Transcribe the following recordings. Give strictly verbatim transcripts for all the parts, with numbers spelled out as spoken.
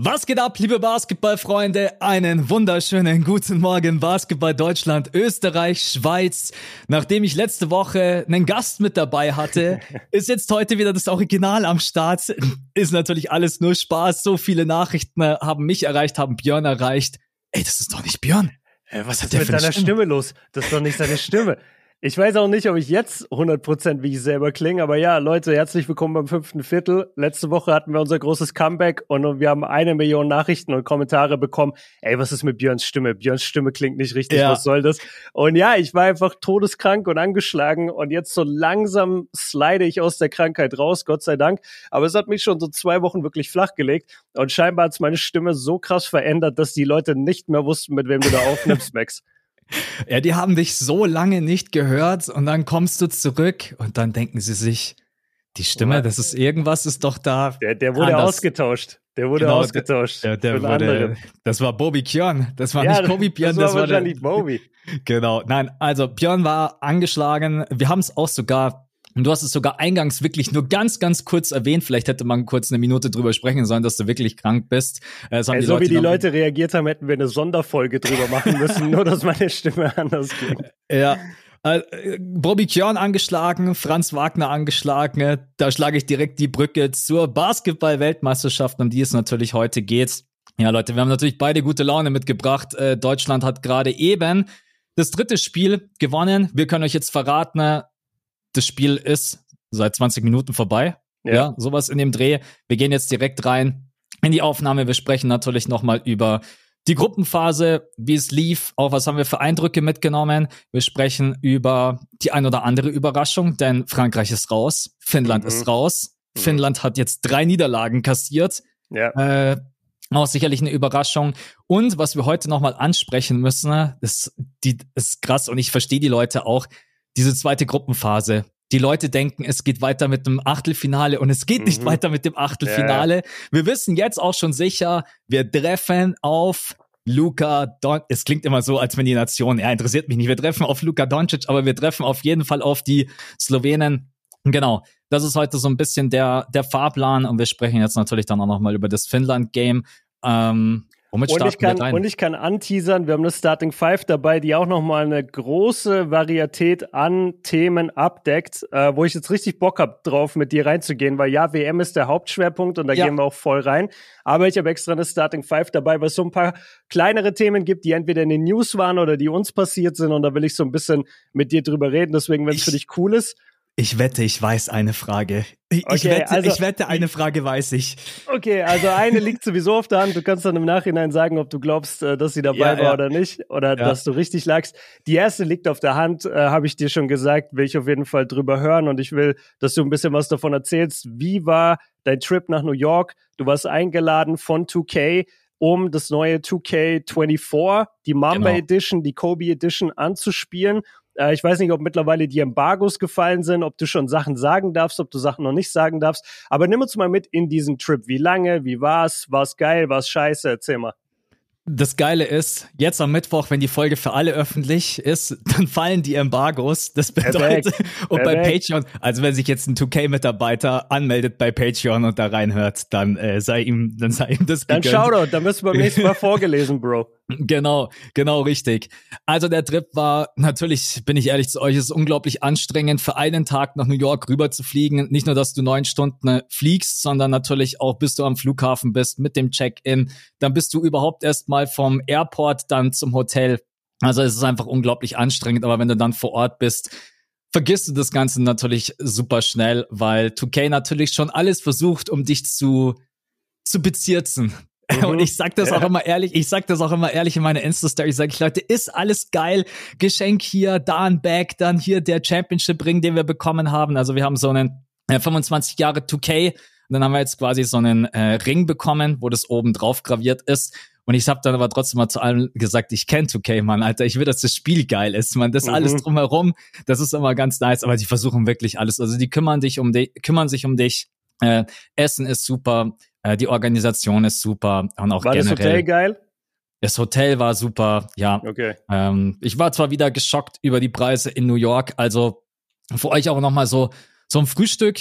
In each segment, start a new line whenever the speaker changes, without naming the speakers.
Was geht ab, liebe Basketballfreunde? Einen wunderschönen guten Morgen, Basketball Deutschland, Österreich, Schweiz. Nachdem ich letzte Woche einen Gast mit dabei hatte, ist jetzt heute wieder das Original am Start. Ist natürlich alles nur Spaß. So viele Nachrichten haben mich erreicht, haben Björn erreicht. Ey, das ist doch nicht Björn.
Äh, was ist mit deiner Stimme? Stimme los? Das ist doch nicht seine Stimme. Ich weiß auch nicht, ob ich jetzt hundert Prozent wie ich selber klinge, aber ja, Leute, herzlich willkommen beim fünften Viertel. Letzte Woche hatten wir unser großes Comeback und wir haben eine Million Nachrichten und Kommentare bekommen. Ey, was ist mit Björns Stimme? Björns Stimme klingt nicht richtig, ja. Was soll das? Und ja, ich war einfach todeskrank und angeschlagen und jetzt so langsam slide ich aus der Krankheit raus, Gott sei Dank. Aber es hat mich schon so zwei Wochen wirklich flachgelegt und scheinbar hat es meine Stimme so krass verändert, dass die Leute nicht mehr wussten, mit wem du da aufnimmst, Max.
Ja, die haben dich so lange nicht gehört und dann kommst du zurück und dann denken sie sich, die Stimme, Was? das ist irgendwas, ist doch da.
Der, der wurde anders. ausgetauscht. Der wurde genau, ausgetauscht.
Der, der, der wurde, das war Bobby Kjörn. Das war ja, nicht Bobby Björn.
Das war
das war
wahrscheinlich
der,
Bobby.
Genau. Nein, also Björn war angeschlagen. Wir haben es auch sogar, und du hast es sogar eingangs wirklich nur ganz, ganz kurz erwähnt. Vielleicht hätte man kurz eine Minute drüber sprechen sollen, dass du wirklich krank bist.
Das haben Ey, die so Leute wie die Leute reagiert haben, hätten wir eine Sonderfolge drüber machen müssen, nur dass meine Stimme anders klingt.
Ja. Äh, Bobby Kjörn angeschlagen, Franz Wagner angeschlagen. Da schlage ich direkt die Brücke zur Basketball-Weltmeisterschaft, um die es natürlich heute geht. Ja, Leute, wir haben natürlich beide gute Laune mitgebracht. Äh, Deutschland hat gerade eben das dritte Spiel gewonnen. Wir können euch jetzt verraten, das Spiel ist seit zwanzig Minuten vorbei. Ja. ja, sowas in dem Dreh. Wir gehen jetzt direkt rein in die Aufnahme. Wir sprechen natürlich nochmal über die Gruppenphase, wie es lief, auch was haben wir für Eindrücke mitgenommen. Wir sprechen über die ein oder andere Überraschung, denn Frankreich ist raus, Finnland mhm. ist raus. Mhm. Finnland hat jetzt drei Niederlagen kassiert. Ja. Äh, auch sicherlich eine Überraschung. Und was wir heute nochmal ansprechen müssen, ist, die, ist krass und ich verstehe die Leute auch, diese zweite Gruppenphase. Die Leute denken, es geht weiter mit dem Achtelfinale und es geht mhm. nicht weiter mit dem Achtelfinale. Ja. Wir wissen jetzt auch schon sicher, wir treffen auf Luka Doncic. Es klingt immer so, als wenn die Nation, ja, interessiert mich nicht. Wir treffen auf Luka Doncic, aber wir treffen auf jeden Fall auf die Slowenen. Genau, das ist heute so ein bisschen der der Fahrplan und wir sprechen jetzt natürlich dann auch nochmal über das Finnland-Game. Ähm,
Und ich, kann, und ich kann anteasern, wir haben eine Starting Five dabei, die auch nochmal eine große Varietät an Themen abdeckt, äh, wo ich jetzt richtig Bock hab drauf, mit dir reinzugehen, weil ja, W M ist der Hauptschwerpunkt und da ja. gehen wir auch voll rein. Aber ich habe extra eine Starting Five dabei, weil es so ein paar kleinere Themen gibt, die entweder in den News waren oder die uns passiert sind und da will ich so ein bisschen mit dir drüber reden, deswegen, wenn es für dich cool ist.
Ich wette, ich weiß eine Frage. Ich, okay, ich, wette, also, ich wette, eine Frage weiß ich.
Okay, also eine liegt sowieso auf der Hand. Du kannst dann im Nachhinein sagen, ob du glaubst, dass sie dabei ja, war ja. oder nicht. Oder ja. dass du richtig lagst. Die erste liegt auf der Hand, äh, habe ich dir schon gesagt, will ich auf jeden Fall drüber hören. Und ich will, dass du ein bisschen was davon erzählst. Wie war dein Trip nach New York? Du warst eingeladen von two K, um das neue two K vierundzwanzig, die Mamba genau. Edition, die Kobe Edition anzuspielen. Äh, ich weiß nicht, ob mittlerweile die Embargos gefallen sind, ob du schon Sachen sagen darfst, ob du Sachen noch nicht sagen darfst. Aber nimm uns mal mit in diesen Trip. Wie lange? Wie war's? War's geil? War's scheiße? Erzähl mal.
Das Geile ist, jetzt am Mittwoch, wenn die Folge für alle öffentlich ist, dann fallen die Embargos. Das bedeutet, Perfekt. und Perfekt. bei Patreon, also wenn sich jetzt ein two K-Mitarbeiter anmeldet bei Patreon und da reinhört, dann äh, sei ihm, dann sei ihm das
gegönnt. Dann Shoutout, dann wirst du beim nächsten Mal vorgelesen, Bro.
Genau, genau richtig. Also der Trip war, natürlich bin ich ehrlich zu euch, es ist unglaublich anstrengend, für einen Tag nach New York rüber zu fliegen. Nicht nur, dass du neun Stunden fliegst, sondern natürlich auch, bis du am Flughafen bist mit dem Check-in. Dann bist du überhaupt erst mal vom Airport dann zum Hotel. Also es ist einfach unglaublich anstrengend, aber wenn du dann vor Ort bist, vergisst du das Ganze natürlich super schnell, weil two K natürlich schon alles versucht, um dich zu, zu bezirzen. Mhm. Und ich sag das ja. auch immer ehrlich, ich sag das auch immer ehrlich in meiner Insta-Story, sag ich, Leute, ist alles geil, Geschenk hier, da ein Bag, dann hier der Championship-Ring, den wir bekommen haben. Also wir haben so einen äh, fünfundzwanzig Jahre two K und dann haben wir jetzt quasi so einen äh, Ring bekommen, wo das oben drauf graviert ist. Und ich habe dann aber trotzdem mal zu allen gesagt, ich kenn two K, Mann, Alter, ich will, dass das Spiel geil ist, man, das mhm. alles drumherum, das ist immer ganz nice, aber die versuchen wirklich alles, also die kümmern dich um dich, kümmern sich um dich, äh, Essen ist super, äh, die Organisation ist super und auch
war
generell.
War das Hotel geil?
Das Hotel war super, ja.
Okay.
Ähm, ich war zwar wieder geschockt über die Preise in New York, also für euch auch nochmal so, so ein Frühstück,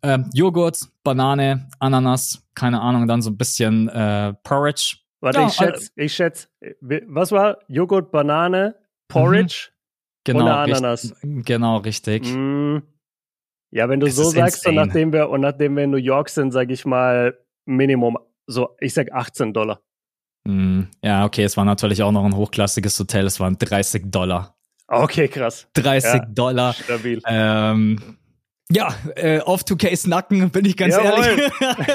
äh, Joghurt, Banane, Ananas, keine Ahnung, dann so ein bisschen äh, Porridge.
Warte,
ja,
ich schätze, ich schätze, was war? Joghurt, Banane, Porridge
mhm. genau,
und Ananas.
Richtig, genau, richtig.
Mm. Ja, wenn du
es
so sagst, und nachdem wir, und nachdem wir in New York sind, sage ich mal, Minimum, so, ich sag achtzehn Dollar.
Mm, ja, okay, es war natürlich auch noch ein hochklassiges Hotel, es waren dreißig Dollar.
Okay, krass.
dreißig
ja,
Dollar.
Stabil.
Ähm, ja, äh, auf two K's Nacken, bin ich ganz
Jawohl.
ehrlich.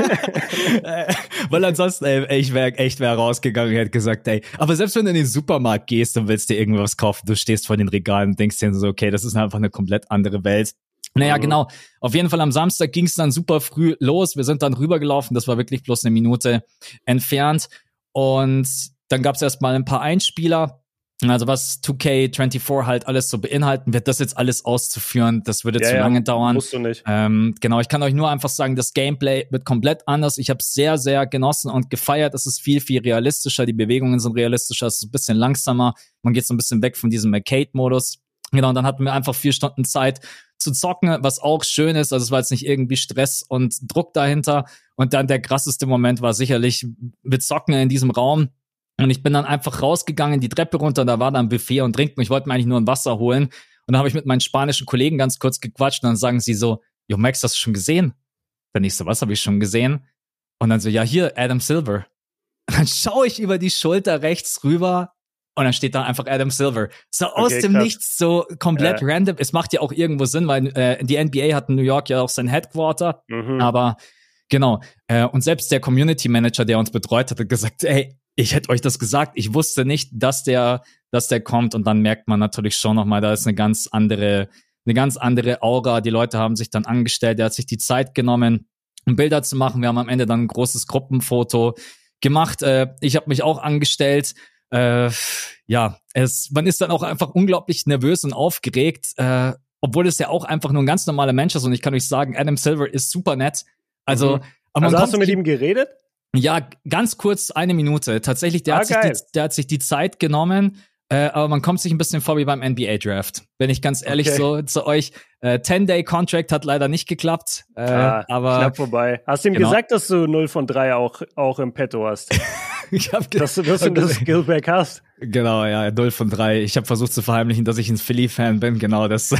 äh, weil ansonsten, ey, ich wäre echt wär rausgegangen und hätte gesagt, ey, aber selbst wenn du in den Supermarkt gehst und willst dir irgendwas kaufen, du stehst vor den Regalen und denkst dir so, okay, das ist einfach eine komplett andere Welt. Naja, mhm. genau. Auf jeden Fall am Samstag ging es dann super früh los. Wir sind dann rübergelaufen, das war wirklich bloß eine Minute entfernt. Und dann gab es erstmal ein paar Einspieler. Also was two K vierundzwanzig halt alles so beinhalten wird, das jetzt alles auszuführen, das würde
ja,
zu
ja,
lange dauern.
Musst du nicht.
Ähm, genau, ich kann euch nur einfach sagen, das Gameplay wird komplett anders. Ich habe es sehr, sehr genossen und gefeiert. Es ist viel, viel realistischer. Die Bewegungen sind realistischer. Es ist ein bisschen langsamer. Man geht so ein bisschen weg von diesem Arcade-Modus. Genau, und dann hatten wir einfach vier Stunden Zeit zu zocken, was auch schön ist. Also es war jetzt nicht irgendwie Stress und Druck dahinter. Und dann der krasseste Moment war sicherlich mit Zocken in diesem Raum. Und ich bin dann einfach rausgegangen, die Treppe runter, da war dann ein Buffet und Trinken. Ich wollte mir eigentlich nur ein Wasser holen. Und dann habe ich mit meinen spanischen Kollegen ganz kurz gequatscht und dann sagen sie so, jo Max, hast du schon gesehen? Dann ich so, was habe ich schon gesehen? Und dann so, ja hier, Adam Silver. Und dann schaue ich über die Schulter rechts rüber und dann steht da einfach Adam Silver. So okay, aus dem krass. Nichts, so komplett ja. random. Es macht ja auch irgendwo Sinn, weil äh, die N B A hat in New York ja auch sein Headquarter. Mhm. Aber genau, äh, und selbst der Community Manager, der uns betreut hat, hat gesagt, ey, ich hätte euch das gesagt, ich wusste nicht, dass der, dass der kommt und dann merkt man natürlich schon nochmal, da ist eine ganz andere, eine ganz andere Aura. Die Leute haben sich dann angestellt, er hat sich die Zeit genommen, um Bilder zu machen. Wir haben am Ende dann ein großes Gruppenfoto gemacht. Äh, ich habe mich auch angestellt. Äh, ja, es, man ist dann auch einfach unglaublich nervös und aufgeregt, äh, obwohl es ja auch einfach nur ein ganz normaler Mensch ist und ich kann euch sagen, Adam Silver ist super nett. Also,
mhm. aber also hast du mit ihm geredet?
Ja, ganz kurz, eine Minute. Tatsächlich, der, ah, hat, sich die, der hat sich die Zeit genommen, äh, aber man kommt sich ein bisschen vor wie beim N B A-Draft. Bin ich ganz ehrlich okay. so zu euch. Äh, ten-Day-Contract hat leider nicht geklappt. Äh, ah, aber
knapp vorbei. Hast du ihm genau. gesagt, dass du null von drei auch, auch im Petto hast?
ich hab
dass du das, das Skillback hast?
Genau, ja, null von drei. Ich habe versucht zu verheimlichen, dass ich ein Philly-Fan bin. Genau, das.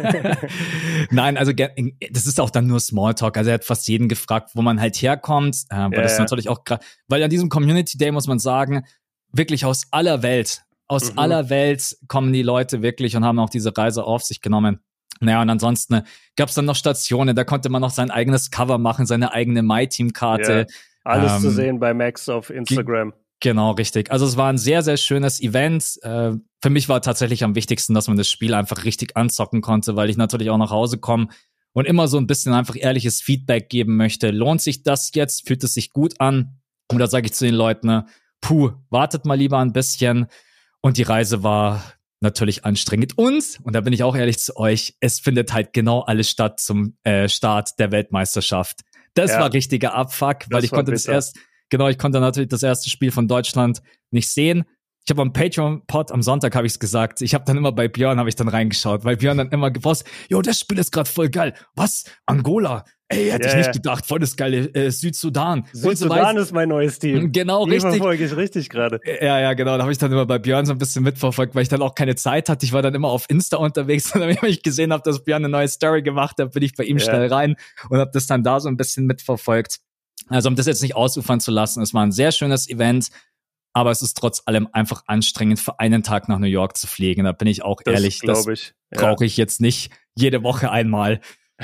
Nein, also das ist auch dann nur Smalltalk. Also er hat fast jeden gefragt, wo man halt herkommt. Äh, weil ja, das ja. natürlich auch gerade, weil an diesem Community Day muss man sagen, wirklich aus aller Welt, aus mhm. aller Welt kommen die Leute wirklich und haben auch diese Reise auf sich genommen. Naja, und ansonsten äh, gab es dann noch Stationen, da konnte man noch sein eigenes Cover machen, seine eigene My-Team-Karte.
Ja. Alles ähm, zu sehen bei Max auf Instagram.
G- Genau, richtig. Also es war ein sehr, sehr schönes Event. Äh, für mich war tatsächlich am wichtigsten, dass man das Spiel einfach richtig anzocken konnte, weil ich natürlich auch nach Hause komme und immer so ein bisschen einfach ehrliches Feedback geben möchte. Lohnt sich das jetzt? Fühlt es sich gut an? Und da sage ich zu den Leuten, ne, puh, wartet mal lieber ein bisschen. Und die Reise war natürlich anstrengend. Und, und da bin ich auch ehrlich zu euch, es findet halt genau alles statt zum äh, Start der Weltmeisterschaft. Das ja. war richtiger Abfuck, weil das ich konnte bitter. das erst... Genau, ich konnte natürlich das erste Spiel von Deutschland nicht sehen. Ich habe am Patreon-Pod am Sonntag habe ich es gesagt. Ich habe dann immer bei Björn habe ich dann reingeschaut, weil Björn dann immer gewusst, jo, das Spiel ist gerade voll geil. Was? Angola? Ey, hätte yeah. ich nicht gedacht. Voll das geile äh, Südsudan.
Südsudan so ist mein neues Team.
Genau,
Die
richtig.
verfolge ich richtig gerade.
Ja, ja, genau. Da habe ich dann immer bei Björn so ein bisschen mitverfolgt, weil ich dann auch keine Zeit hatte. Ich war dann immer auf Insta unterwegs und dann, wenn ich gesehen habe, dass Björn eine neue Story gemacht hat, bin ich bei ihm yeah. schnell rein und habe das dann da so ein bisschen mitverfolgt. Also um das jetzt nicht ausufern zu lassen, es war ein sehr schönes Event, aber es ist trotz allem einfach anstrengend, für einen Tag nach New York zu fliegen. Da bin ich auch
das
ehrlich, das
ich. Ja.
brauche ich jetzt nicht jede Woche einmal.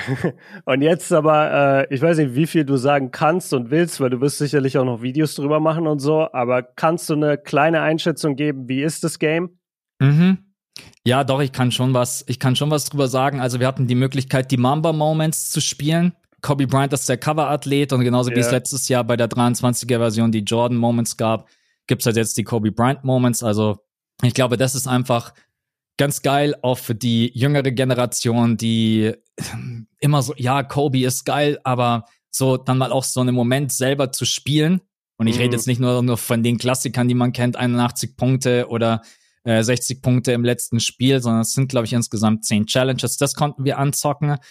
Und jetzt aber, äh, ich weiß nicht, wie viel du sagen kannst und willst, weil du wirst sicherlich auch noch Videos drüber machen und so, aber kannst du eine kleine Einschätzung geben, wie ist das Game?
Mhm. Ja, doch, ich kann schon was, ich kann schon was drüber sagen. Also wir hatten die Möglichkeit, die Mamba Moments zu spielen. Kobe Bryant ist der Cover-Athlet und genauso yeah. wie es letztes Jahr bei der dreiundzwanziger-Version die Jordan-Moments gab, gibt's halt jetzt die Kobe Bryant-Moments. Also ich glaube, das ist einfach ganz geil, auch für die jüngere Generation, die immer so, ja, Kobe ist geil, aber so dann mal auch so einen Moment selber zu spielen. Und ich mm. rede jetzt nicht nur, nur von den Klassikern, die man kennt, einundachtzig Punkte oder äh, sechzig Punkte im letzten Spiel, sondern es sind, glaube ich, insgesamt zehn Challenges. Das konnten wir anzocken.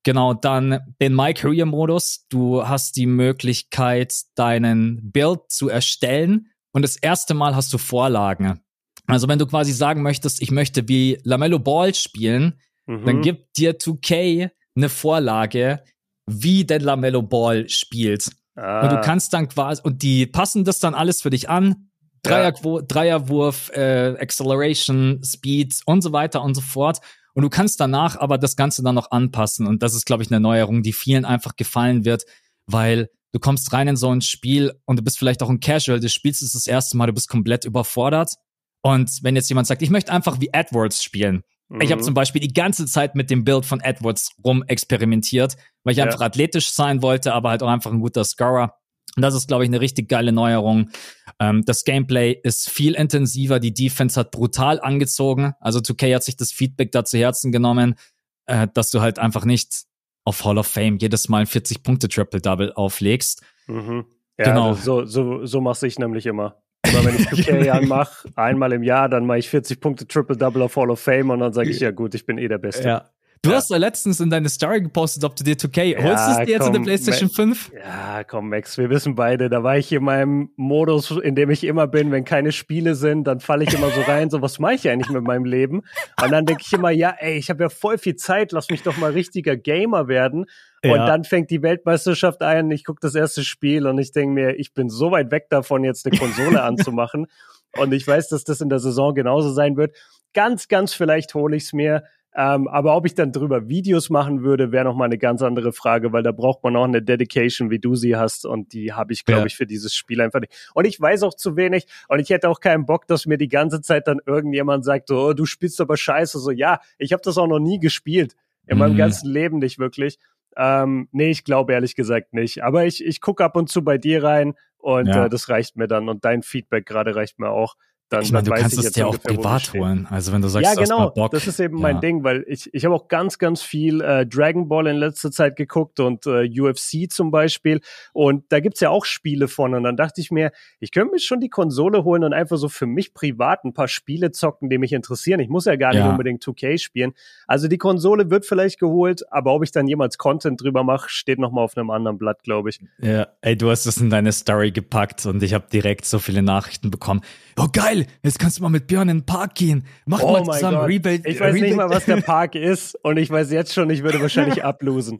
Genau, dann den My Career Modus. Du hast die Möglichkeit, deinen Build zu erstellen und das erste Mal hast du Vorlagen. Also wenn du quasi sagen möchtest, ich möchte wie LaMelo Ball spielen, mhm. dann gibt dir zwei K eine Vorlage, wie der LaMelo Ball spielt. Ah. Und du kannst dann quasi, und die passen das dann alles für dich an. Dreier, ja. Dreierwurf, äh, Acceleration, Speed und so weiter und so fort. Und du kannst danach aber das Ganze dann noch anpassen. Und das ist, glaube ich, eine Neuerung, die vielen einfach gefallen wird, weil du kommst rein in so ein Spiel und du bist vielleicht auch ein Casual, du spielst es das erste Mal, du bist komplett überfordert. Und wenn jetzt jemand sagt, ich möchte einfach wie Edwards spielen. Mhm. Ich habe zum Beispiel die ganze Zeit mit dem Build von Edwards rum experimentiert, weil ich ja. einfach athletisch sein wollte, aber halt auch einfach ein guter Scorer. Und das ist, glaube ich, eine richtig geile Neuerung. Ähm, das Gameplay ist viel intensiver, die Defense hat brutal angezogen. Also zwei K hat sich das Feedback da zu Herzen genommen, äh, dass du halt einfach nicht auf Hall of Fame jedes Mal ein vierzig-Punkte-Triple-Double auflegst.
Mhm. Ja, genau. so, so, so mache ich nämlich immer. Immer wenn ich zwei K anmache, einmal im Jahr, dann mache ich vierzig Punkte Triple-Double auf Hall of Fame und dann sage ich, ja gut, ich bin eh der Beste.
Ja. Du ja. hast ja letztens in deine Story gepostet, ob du dir zwei K, holst ja, du es dir jetzt in der PlayStation fünf?
Ja, komm Max, wir wissen beide, da war ich in meinem Modus, in dem ich immer bin, wenn keine Spiele sind, dann falle ich immer so rein, so was mache ich eigentlich mit meinem Leben? Und dann denke ich immer, ja ey, ich habe ja voll viel Zeit, lass mich doch mal richtiger Gamer werden. Und ja. dann fängt die Weltmeisterschaft ein, ich gucke das erste Spiel und ich denke mir, ich bin so weit weg davon, jetzt eine Konsole anzumachen. Und ich weiß, dass das in der Saison genauso sein wird. Ganz, ganz vielleicht hole ich es mir. Ähm, aber ob ich dann drüber Videos machen würde, wäre nochmal eine ganz andere Frage, weil da braucht man auch eine Dedication, wie du sie hast. Und die habe ich, glaube ja. ich, für dieses Spiel einfach nicht. Und ich weiß auch zu wenig. Und ich hätte auch keinen Bock, dass mir die ganze Zeit dann irgendjemand sagt, oh, du spielst aber scheiße. So, ja, ich habe das auch noch nie gespielt. In mhm. meinem ganzen Leben nicht wirklich. Ähm, nee, ich glaube ehrlich gesagt nicht. Aber ich, ich gucke ab und zu bei dir rein und ja. äh, das reicht mir dann. Und dein Feedback gerade reicht mir auch. Dann,
ich meine, du
dann
kannst es dir auch privat holen. Also wenn du sagst,
ja, genau,
du hast mal Bock.
Das ist eben ja. mein Ding, weil ich ich habe auch ganz, ganz viel äh, Dragon Ball in letzter Zeit geguckt und äh, U F C zum Beispiel. Und da gibt's ja auch Spiele von. Und dann dachte ich mir, ich könnte mir schon die Konsole holen und einfach so für mich privat ein paar Spiele zocken, die mich interessieren. Ich muss ja gar nicht ja. unbedingt zwei K spielen. Also die Konsole wird vielleicht geholt, aber ob ich dann jemals Content drüber mache, steht noch mal auf einem anderen Blatt, glaube ich.
Ja, ey, du hast es in deine Story gepackt und ich habe direkt so viele Nachrichten bekommen. Oh geil, jetzt kannst du mal mit Björn in den Park gehen. Mach
oh
mal zusammen Rebuild.
Ich weiß Rebuild. nicht mal, was der Park ist und ich weiß jetzt schon, ich würde wahrscheinlich ablosen.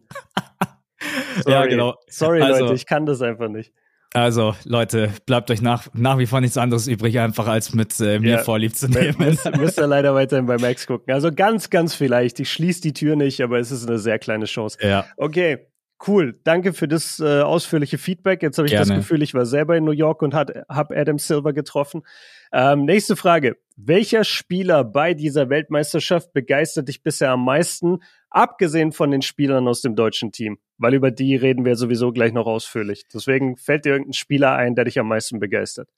Sorry.
Ja, genau.
Sorry,
also,
Leute, ich kann das einfach nicht.
Also, Leute, bleibt euch nach, nach wie vor nichts anderes übrig, einfach als mit äh, mir ja, vorlieb zu nehmen.
Müsst, müsst ihr leider weiterhin bei Max gucken. Also ganz, ganz vielleicht. Ich schließe die Tür nicht, aber es ist eine sehr kleine Chance.
Ja.
Okay. Cool, danke für das äh, ausführliche Feedback. Jetzt habe ich Gerne. das Gefühl, ich war selber in New York und habe Adam Silver getroffen. Ähm, nächste Frage. Welcher Spieler bei dieser Weltmeisterschaft begeistert dich bisher am meisten, abgesehen von den Spielern aus dem deutschen Team? Weil über die reden wir sowieso gleich noch ausführlich. Deswegen fällt dir irgendein Spieler ein, der dich am meisten begeistert?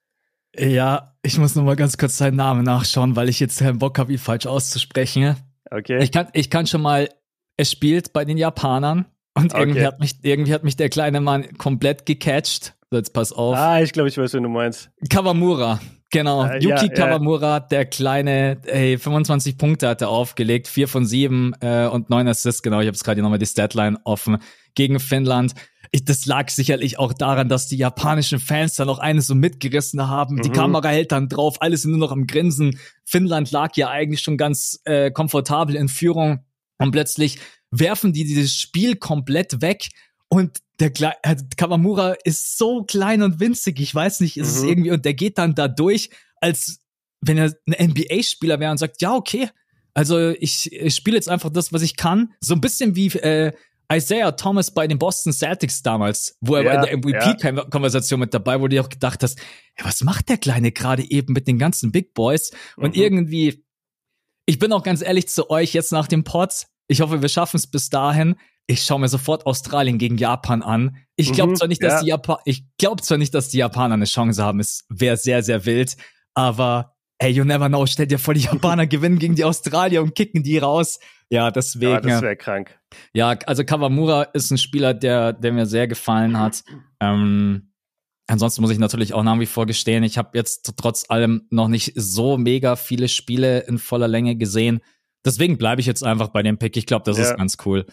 Ja, ich muss noch mal ganz kurz seinen Namen nachschauen, weil ich jetzt keinen Bock habe, ihn falsch auszusprechen.
Okay.
Ich kann, ich kann schon mal, es spielt bei den Japanern. Und
okay.
irgendwie hat mich, irgendwie hat mich der kleine Mann komplett gecatcht. So, jetzt pass auf.
Ah, ich glaube, ich weiß, wen du meinst.
Kawamura. Genau. Äh, Yuki ja, Kawamura, ja. der kleine, ey, fünfundzwanzig Punkte hat er aufgelegt. vier von sieben äh, und neun Assists. Genau, ich habe jetzt gerade nochmal die Statline offen. Gegen Finnland. Ich, das lag sicherlich auch daran, dass die japanischen Fans da noch eines so mitgerissen haben. Mhm. Die Kamera hält dann drauf. Alle sind nur noch am Grinsen. Finnland lag ja eigentlich schon ganz äh, komfortabel in Führung. Und plötzlich werfen die dieses Spiel komplett weg und der Kle- äh, Kawamura ist so klein und winzig, ich weiß nicht, ist mhm. es irgendwie, und der geht dann da durch, als wenn er ein N B A-Spieler wäre und sagt, ja, okay, also ich, ich spiele jetzt einfach das, was ich kann. So ein bisschen wie äh, Isaiah Thomas bei den Boston Celtics damals, wo er ja, in der M V P-Konversation ja. mit dabei, wo du dir auch gedacht hast, ja, was macht der Kleine gerade eben mit den ganzen Big Boys? Und mhm. irgendwie, ich bin auch ganz ehrlich zu euch jetzt nach dem Pod, ich hoffe, wir schaffen es bis dahin. Ich schaue mir sofort Australien gegen Japan an. Ich glaube mhm, zwar nicht, dass ja. die Japan- ich glaube zwar nicht, dass die Japaner eine Chance haben. Es wäre sehr, sehr wild. Aber hey, you never know. Stell dir vor, die Japaner gewinnen gegen die Australier und kicken die raus. Ja, deswegen. Ja,
das wäre krank.
Ja, also Kawamura ist ein Spieler, der, der mir sehr gefallen hat. Ähm, ansonsten muss ich natürlich auch nach wie vor gestehen, ich habe jetzt trotz allem noch nicht so mega viele Spiele in voller Länge gesehen. Deswegen bleibe ich jetzt einfach bei dem Pick. Ich glaube, das ja. ist ganz cool.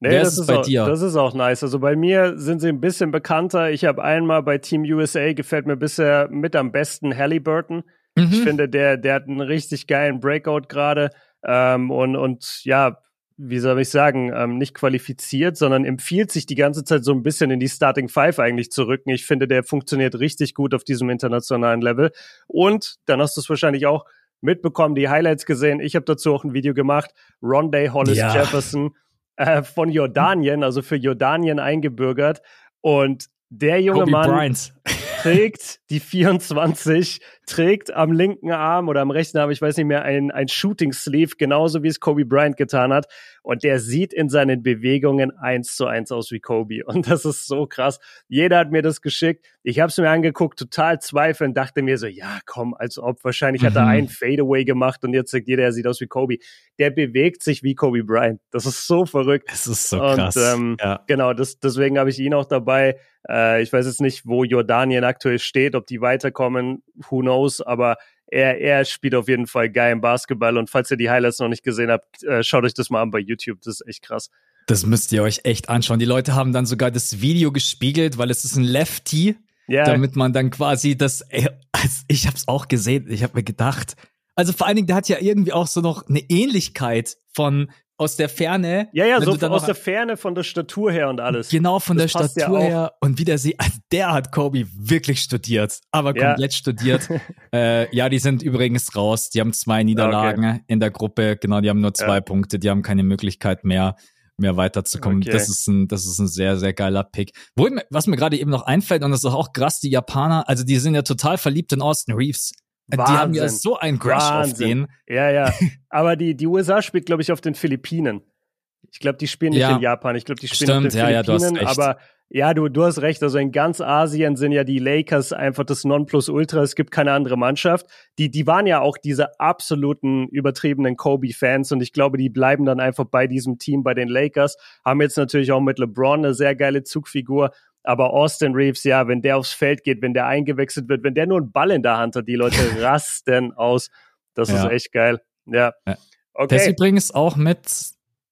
Nee,
Wer
das
ist es
ist
bei
auch,
dir?
Das ist auch nice. Also bei mir sind sie ein bisschen bekannter. Ich habe einmal bei Team U S A, gefällt mir bisher mit am besten Halliburton. Mhm. Ich finde, der, der hat einen richtig geilen Breakout gerade. Ähm, und, und ja, wie soll ich sagen, ähm, nicht qualifiziert, sondern empfiehlt sich die ganze Zeit so ein bisschen in die Starting Five eigentlich zu rücken. Ich finde, der funktioniert richtig gut auf diesem internationalen Level. Und dann hast du es wahrscheinlich auch mitbekommen, die Highlights gesehen. Ich habe dazu auch ein Video gemacht. Rondé Hollis ja. Jefferson äh, von Jordanien, also für Jordanien eingebürgert. Und der junge
Kobe
Mann
Bryant.
trägt die vierundzwanzig, trägt am linken Arm oder am rechten Arm, ich weiß nicht mehr, ein, ein Shooting Sleeve, genauso wie es Kobe Bryant getan hat. Und der sieht in seinen Bewegungen eins zu eins aus wie Kobe. Und das ist so krass. Jeder hat mir das geschickt. Ich habe es mir angeguckt, total zweifelnd, dachte mir so, ja komm, als ob. Wahrscheinlich mhm. hat er einen Fadeaway gemacht und jetzt sagt jeder, er sieht aus wie Kobe. Der bewegt sich wie Kobe Bryant. Das ist so verrückt.
Es ist so
und,
krass.
Ähm,
ja.
Genau, das, deswegen habe ich ihn auch dabei. Äh, ich weiß jetzt nicht, wo Jordanien aktuell steht, ob die weiterkommen, who knows, aber er, er spielt auf jeden Fall geil im Basketball und falls ihr die Highlights noch nicht gesehen habt, äh, schaut euch das mal an bei YouTube, das ist echt krass.
Das müsst ihr euch echt anschauen. Die Leute haben dann sogar das Video gespiegelt, weil es ist ein Lefty, yeah. damit man dann quasi das, ey, also ich hab's auch gesehen, ich habe mir gedacht, also vor allen Dingen, der hat ja irgendwie auch so noch eine Ähnlichkeit von aus der Ferne.
Ja, ja, so aus der Ferne, von der Statur her und alles.
Genau, von das der Statur ja her. Und wie der sie, also der hat Kobe wirklich studiert, aber ja. komplett studiert. äh, ja, die sind übrigens raus. Die haben zwei Niederlagen okay. in der Gruppe. Genau, die haben nur zwei ja. Punkte. Die haben keine Möglichkeit mehr, mehr weiterzukommen. Okay. Das ist ein, das ist ein sehr, sehr geiler Pick. Wo, was mir gerade eben noch einfällt, und das ist auch krass, die Japaner, also die sind ja total verliebt in Austin Reeves.
Wahnsinn.
Die haben ja so einen Crush Wahnsinn. auf den.
Ja, ja. Aber die, die U S A spielt, glaube ich, auf den Philippinen. Ich glaube, die spielen nicht ja. in Japan. Ich glaube, die spielen
Stimmt,
auf den
ja,
Philippinen.
Ja, du hast recht.
Aber ja, du, du hast recht. Also in ganz Asien sind ja die Lakers einfach das Nonplusultra. Es gibt keine andere Mannschaft. Die, die waren ja auch diese absoluten übertriebenen Kobe-Fans. Und ich glaube, die bleiben dann einfach bei diesem Team, bei den Lakers. Haben jetzt natürlich auch mit LeBron eine sehr geile Zugfigur. Aber Austin Reeves, ja, wenn der aufs Feld geht, wenn der eingewechselt wird, wenn der nur einen Ball in der Hand hat, die Leute rasten aus. Das ja. ist echt geil. Ja. Okay.
Der ist übrigens auch mit,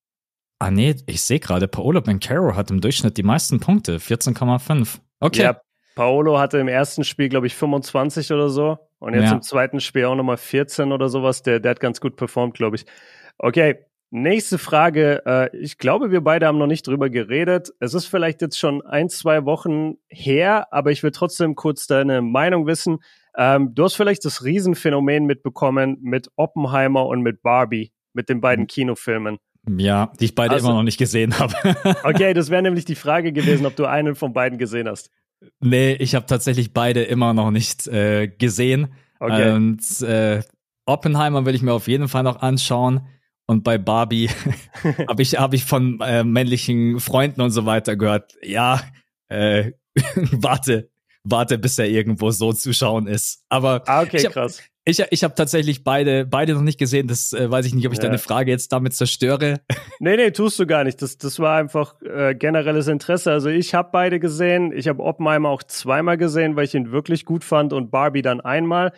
ah nee, ich sehe gerade, Paolo Banchero hat im Durchschnitt die meisten Punkte, vierzehn Komma fünf. Okay. Ja,
Paolo hatte im ersten Spiel, glaube ich, fünfundzwanzig oder so. Und jetzt ja. im zweiten Spiel auch nochmal vierzehn oder sowas. Der, der hat ganz gut performt, glaube ich. Okay. Nächste Frage. Äh, ich glaube, wir beide haben noch nicht drüber geredet. Es ist vielleicht jetzt schon ein, zwei Wochen her, aber ich will trotzdem kurz deine Meinung wissen. Ähm, du hast vielleicht das Riesenphänomen mitbekommen mit Oppenheimer und mit Barbie, mit den beiden Kinofilmen.
Ja, die ich beide also, immer noch nicht gesehen habe.
Okay, das wäre nämlich die Frage gewesen, ob du einen von beiden gesehen hast.
Nee, ich habe tatsächlich beide immer noch nicht äh, gesehen. Okay. Und äh, Oppenheimer will ich mir auf jeden Fall noch anschauen. Und bei Barbie habe ich, hab ich von äh, männlichen Freunden und so weiter gehört, ja, äh, warte, warte, bis er irgendwo so zu schauen ist. Aber
ah, okay,
ich hab,
krass.
Ich, ich habe tatsächlich beide, beide noch nicht gesehen. Das äh, weiß ich nicht, ob ich ja. deine Frage jetzt damit zerstöre.
Nee, nee, tust du gar nicht. Das, das war einfach äh, generelles Interesse. Also ich habe beide gesehen. Ich habe Oppenheimer auch zweimal gesehen, weil ich ihn wirklich gut fand und Barbie dann einmal.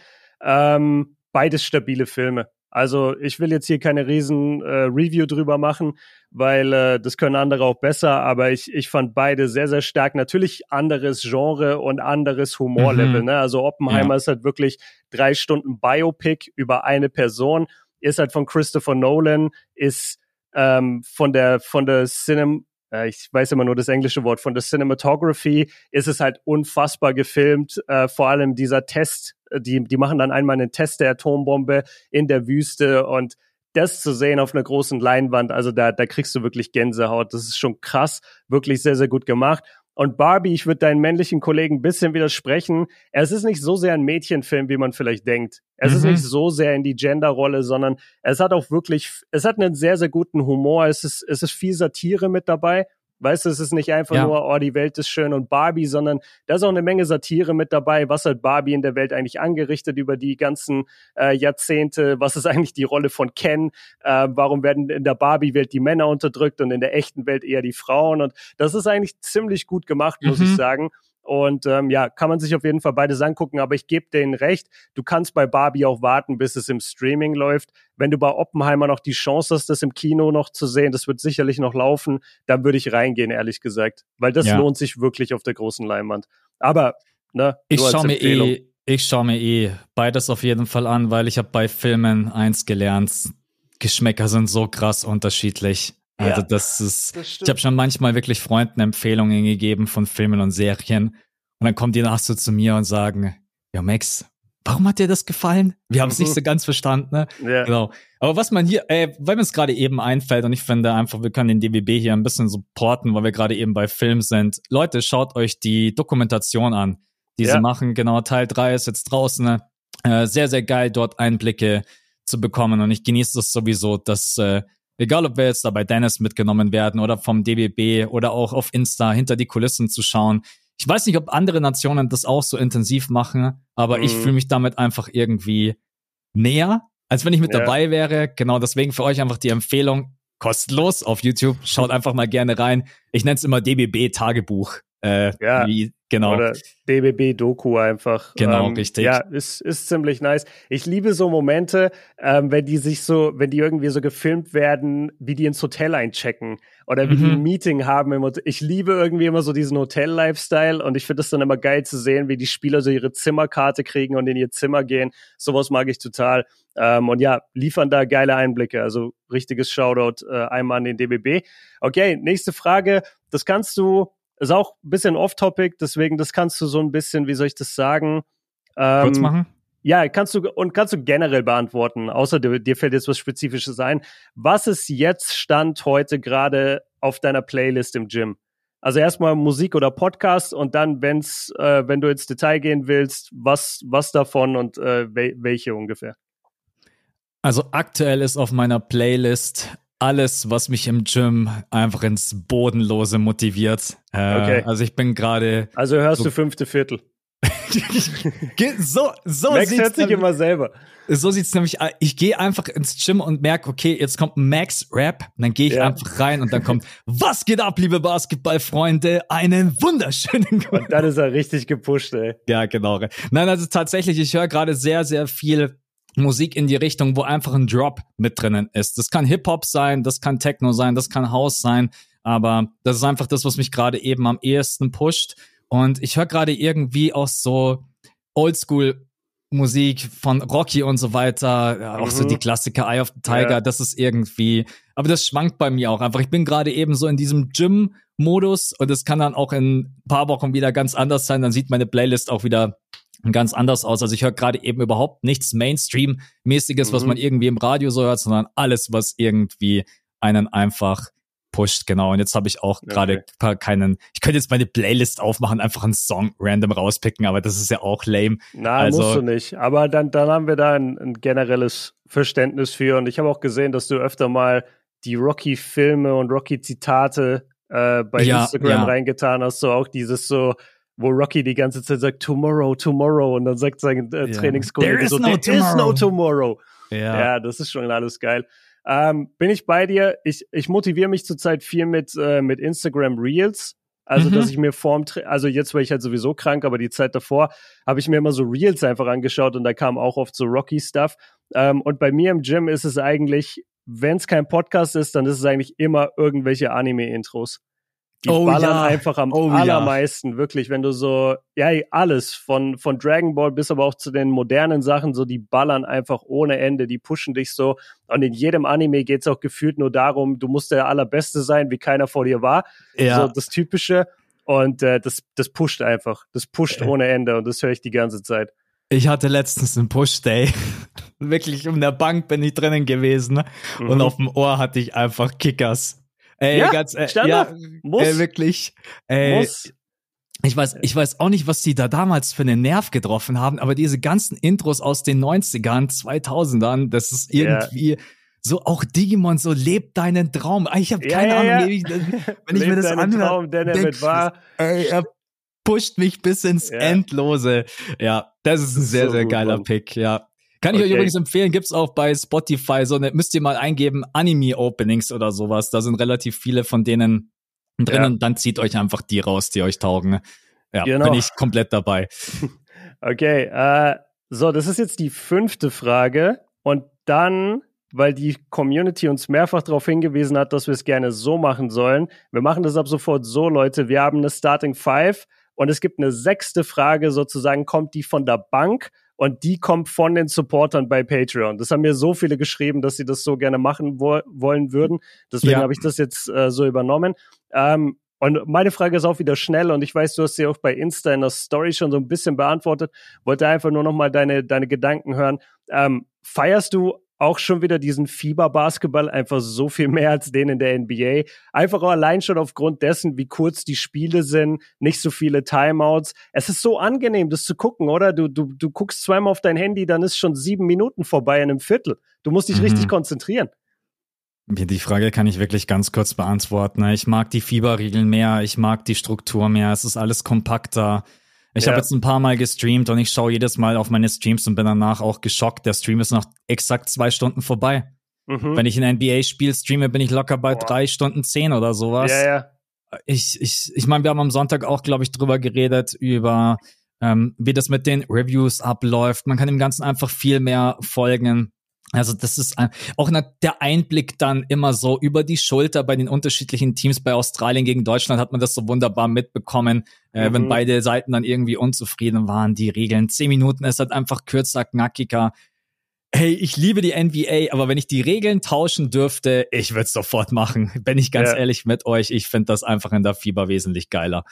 Ähm, beides stabile Filme. Also ich will jetzt hier keine riesen äh, Review drüber machen, weil äh, das können andere auch besser, aber ich, ich fand beide sehr, sehr stark. Natürlich anderes Genre und anderes Humorlevel. Mhm. Ne? Also Oppenheimer ja. ist halt wirklich drei Stunden Biopic über eine Person, ist halt von Christopher Nolan, ist ähm, von der von der Cinem ich weiß immer nur das englische Wort, von der Cinematography ist es halt unfassbar gefilmt, äh, vor allem dieser Test, die, die machen dann einmal einen Test der Atombombe in der Wüste und das zu sehen auf einer großen Leinwand, also da, da kriegst du wirklich Gänsehaut, das ist schon krass, wirklich sehr, sehr gut gemacht. Und Barbie, ich würde deinen männlichen Kollegen ein bisschen widersprechen. Es ist nicht so sehr ein Mädchenfilm, wie man vielleicht denkt. Es mhm. ist nicht so sehr in die Genderrolle, sondern es hat auch wirklich, es hat einen sehr, sehr guten Humor. Es ist, es ist viel Satire mit dabei. Weißt du, es ist nicht einfach ja. nur, oh, die Welt ist schön und Barbie, sondern da ist auch eine Menge Satire mit dabei. Was hat Barbie in der Welt eigentlich angerichtet über die ganzen äh, Jahrzehnte? Was ist eigentlich die Rolle von Ken? Äh, warum werden in der Barbie-Welt die Männer unterdrückt und in der echten Welt eher die Frauen? Und das ist eigentlich ziemlich gut gemacht, muss mhm. ich sagen. Und ähm, ja, kann man sich auf jeden Fall beides angucken, aber ich gebe denen recht, du kannst bei Barbie auch warten, bis es im Streaming läuft. Wenn du bei Oppenheimer noch die Chance hast, das im Kino noch zu sehen, das wird sicherlich noch laufen, dann würde ich reingehen, ehrlich gesagt. Weil das ja. lohnt sich wirklich auf der großen Leinwand. Aber, ne,
ich schaue mir eh, ich schaue mir eh beides auf jeden Fall an, weil ich habe bei Filmen eins gelernt, Geschmäcker sind so krass unterschiedlich. Also ja, das ist, das ich habe schon manchmal wirklich Freunden Empfehlungen gegeben von Filmen und Serien und dann kommen die nach so zu mir und sagen, ja Max, warum hat dir das gefallen? Wir haben es mhm. nicht so ganz verstanden, ne? Ja. Genau. Aber was man hier, äh, weil mir es gerade eben einfällt und ich finde einfach, wir können den D W B hier ein bisschen supporten, weil wir gerade eben bei Film sind. Leute, schaut euch die Dokumentation an, die ja. sie machen. Genau, Teil drei ist jetzt draußen. Ne? Äh, sehr, sehr geil, dort Einblicke zu bekommen und ich genieße das sowieso, dass äh, egal, ob wir jetzt da bei Dennis mitgenommen werden oder vom D B B oder auch auf Insta hinter die Kulissen zu schauen. Ich weiß nicht, ob andere Nationen das auch so intensiv machen, aber mhm. ich fühle mich damit einfach irgendwie näher, als wenn ich mit ja. dabei wäre. Genau, deswegen für euch einfach die Empfehlung, kostenlos auf YouTube. Schaut einfach mal gerne rein. Ich nenne es immer D B B-Tagebuch. Äh,
ja, wie, genau. Oder D B B-Doku einfach.
Genau,
ähm,
richtig.
Ja, ist, ist ziemlich nice. Ich liebe so Momente, ähm, wenn die sich so, wenn die irgendwie so gefilmt werden, wie die ins Hotel einchecken oder wie mhm. die ein Meeting haben im Hotel. Ich liebe irgendwie immer so diesen Hotel-Lifestyle und ich finde es dann immer geil zu sehen, wie die Spieler so ihre Zimmerkarte kriegen und in ihr Zimmer gehen. Sowas mag ich total. Ähm, und ja, liefern da geile Einblicke. Also richtiges Shoutout äh, einmal an den D B B. Okay, nächste Frage. Das kannst du Ist auch ein bisschen off-topic, deswegen, das kannst du so ein bisschen, wie soll ich das sagen? Ähm,
Kurz machen?
Ja, kannst du, und kannst du generell beantworten, außer dir, dir fällt jetzt was Spezifisches ein. Was ist jetzt Stand heute gerade auf deiner Playlist im Gym? Also erstmal Musik oder Podcast und dann, wenn's, äh, wenn du ins Detail gehen willst, was, was davon und äh, wel- welche ungefähr?
Also aktuell ist auf meiner Playlist alles, was mich im Gym einfach ins Bodenlose motiviert. Äh, okay. Also ich bin gerade...
Also hörst so, du fünfte Viertel.
so so
Max hört sich immer selber.
So sieht's nämlich aus. Ich gehe einfach ins Gym und merke, okay, jetzt kommt ein Max-Rap. Und dann gehe ich ja. einfach rein und dann kommt, was geht ab, liebe Basketballfreunde? Einen wunderschönen Guten.
Und dann ist er richtig gepusht, ey.
Ja, genau. Nein, also tatsächlich, ich höre gerade sehr, sehr viel Musik in die Richtung, wo einfach ein Drop mit drinnen ist. Das kann Hip-Hop sein, das kann Techno sein, das kann House sein, aber das ist einfach das, was mich gerade eben am ehesten pusht. Und ich höre gerade irgendwie auch so Oldschool-Musik von Rocky und so weiter, ja, auch mhm. so die Klassiker Eye of the Tiger, ja. das ist irgendwie, aber das schwankt bei mir auch einfach. Ich bin gerade eben so in diesem Gym-Modus und es kann dann auch in ein paar Wochen wieder ganz anders sein, dann sieht meine Playlist auch wieder ganz anders aus. Also ich höre gerade eben überhaupt nichts Mainstream-mäßiges, mhm. was man irgendwie im Radio so hört, sondern alles, was irgendwie einen einfach pusht, genau. Und jetzt habe ich auch gerade okay. keinen, ich könnte jetzt meine Playlist aufmachen, einfach einen Song random rauspicken, aber das ist ja auch lame.
Na,
also,
musst du nicht. Aber dann, dann haben wir da ein, ein generelles Verständnis für und ich habe auch gesehen, dass du öfter mal die Rocky-Filme und Rocky-Zitate äh, bei ja, Instagram ja. reingetan hast, so auch dieses so, wo Rocky die ganze Zeit sagt, tomorrow, tomorrow, und dann sagt sein äh, yeah. Trainingskollege so,
no
there is no tomorrow.
Ja.
ja, das ist schon alles geil. Ähm, bin ich bei dir? Ich, ich motiviere mich zurzeit viel mit, äh, mit Instagram Reels. Also, mhm. dass ich mir vorm, Tra- also jetzt war ich halt sowieso krank, aber die Zeit davor habe ich mir immer so Reels einfach angeschaut und da kam auch oft so Rocky-Stuff. Ähm, und bei mir im Gym ist es eigentlich, wenn es kein Podcast ist, dann ist es eigentlich immer irgendwelche Anime-Intros. Die
oh,
ballern
ja.
einfach am
oh,
allermeisten,
ja.
wirklich, wenn du so, ja, alles, von, von Dragon Ball bis aber auch zu den modernen Sachen, so, die ballern einfach ohne Ende, die pushen dich so. Und in jedem Anime geht's auch gefühlt nur darum, du musst der Allerbeste sein, wie keiner vor dir war.
Ja.
So das Typische. Und äh, das, das pusht einfach. Das pusht äh. ohne Ende und das höre ich die ganze Zeit.
Ich hatte letztens einen Push-Day. Wirklich, in der Bank bin ich drinnen gewesen. Mhm. Und auf dem Ohr hatte ich einfach Kickers. Ey,
ja,
ganz, äh,
Standard.
ja,
muss.
Äh, wirklich. Ey,
muss.
Ich weiß, ich weiß auch nicht, was die da damals für einen Nerv getroffen haben, aber diese ganzen Intros aus den neunzigern, zweitausendern, das ist irgendwie ja. so, auch Digimon, so lebt deinen Traum. Ich habe
ja,
keine
ja,
Ahnung,
ja.
wie ich, wenn ich mir das anhöre.
Traum, denn er mit war.
Ey, er pusht mich bis ins ja. Endlose. Ja, das ist ein das sehr, ist so sehr gut, geiler Mann. Pick, ja. Kann ich okay. euch übrigens empfehlen, gibt's auch bei Spotify, so eine, müsst ihr mal eingeben, Anime-Openings oder sowas. Da sind relativ viele von denen drin ja. und dann zieht euch einfach die raus, die euch taugen. Ja,
genau.
Bin ich komplett dabei.
Okay, äh, so, das ist jetzt die fünfte Frage. Und dann, weil die Community uns mehrfach darauf hingewiesen hat, dass wir es gerne so machen sollen. Wir machen das ab sofort so, Leute. Wir haben eine Starting Five und es gibt eine sechste Frage, sozusagen kommt die von der Bank und die kommt von den Supportern bei Patreon. Das haben mir so viele geschrieben, dass sie das so gerne machen wo- wollen würden. Deswegen ja. habe ich das jetzt äh, so übernommen. Ähm, und meine Frage ist auch wieder schnell und ich weiß, du hast sie auch bei Insta in der Story schon so ein bisschen beantwortet. Wollte einfach nur noch mal deine, deine Gedanken hören. Ähm, feierst du auch schon wieder diesen Fieber-Basketball einfach so viel mehr als den in der N B A. Einfach auch allein schon aufgrund dessen, wie kurz die Spiele sind, nicht so viele Timeouts. Es ist so angenehm, das zu gucken, oder? Du, du, du guckst zweimal auf dein Handy, dann ist schon sieben Minuten vorbei in einem Viertel. Du musst dich mhm. richtig konzentrieren.
Die Frage kann ich wirklich ganz kurz beantworten. Ich mag die Fieberregeln mehr, ich mag die Struktur mehr, es ist alles kompakter. Ich ja. habe jetzt ein paar Mal gestreamt und ich schaue jedes Mal auf meine Streams und bin danach auch geschockt. Der Stream ist nach exakt zwei Stunden vorbei. Mhm. Wenn ich ein N B A-Spiel streame, bin ich locker bei Boah. drei Stunden zehn oder sowas.
Ja, ja.
Ich, ich, ich meine, wir haben am Sonntag auch, glaube ich, drüber geredet, über ähm, wie das mit den Reviews abläuft. Man kann dem Ganzen einfach viel mehr folgen. Also das ist ein, auch der Einblick dann immer so über die Schulter bei den unterschiedlichen Teams. Bei Australien gegen Deutschland hat man das so wunderbar mitbekommen, mhm. äh, wenn beide Seiten dann irgendwie unzufrieden waren. Die Regeln, zehn Minuten ist halt einfach kürzer, knackiger. Hey, ich liebe die N B A, aber wenn ich die Regeln tauschen dürfte, ich würde es sofort machen. Bin ich ganz ja. ehrlich mit euch, ich finde das einfach in der Fieber wesentlich geiler.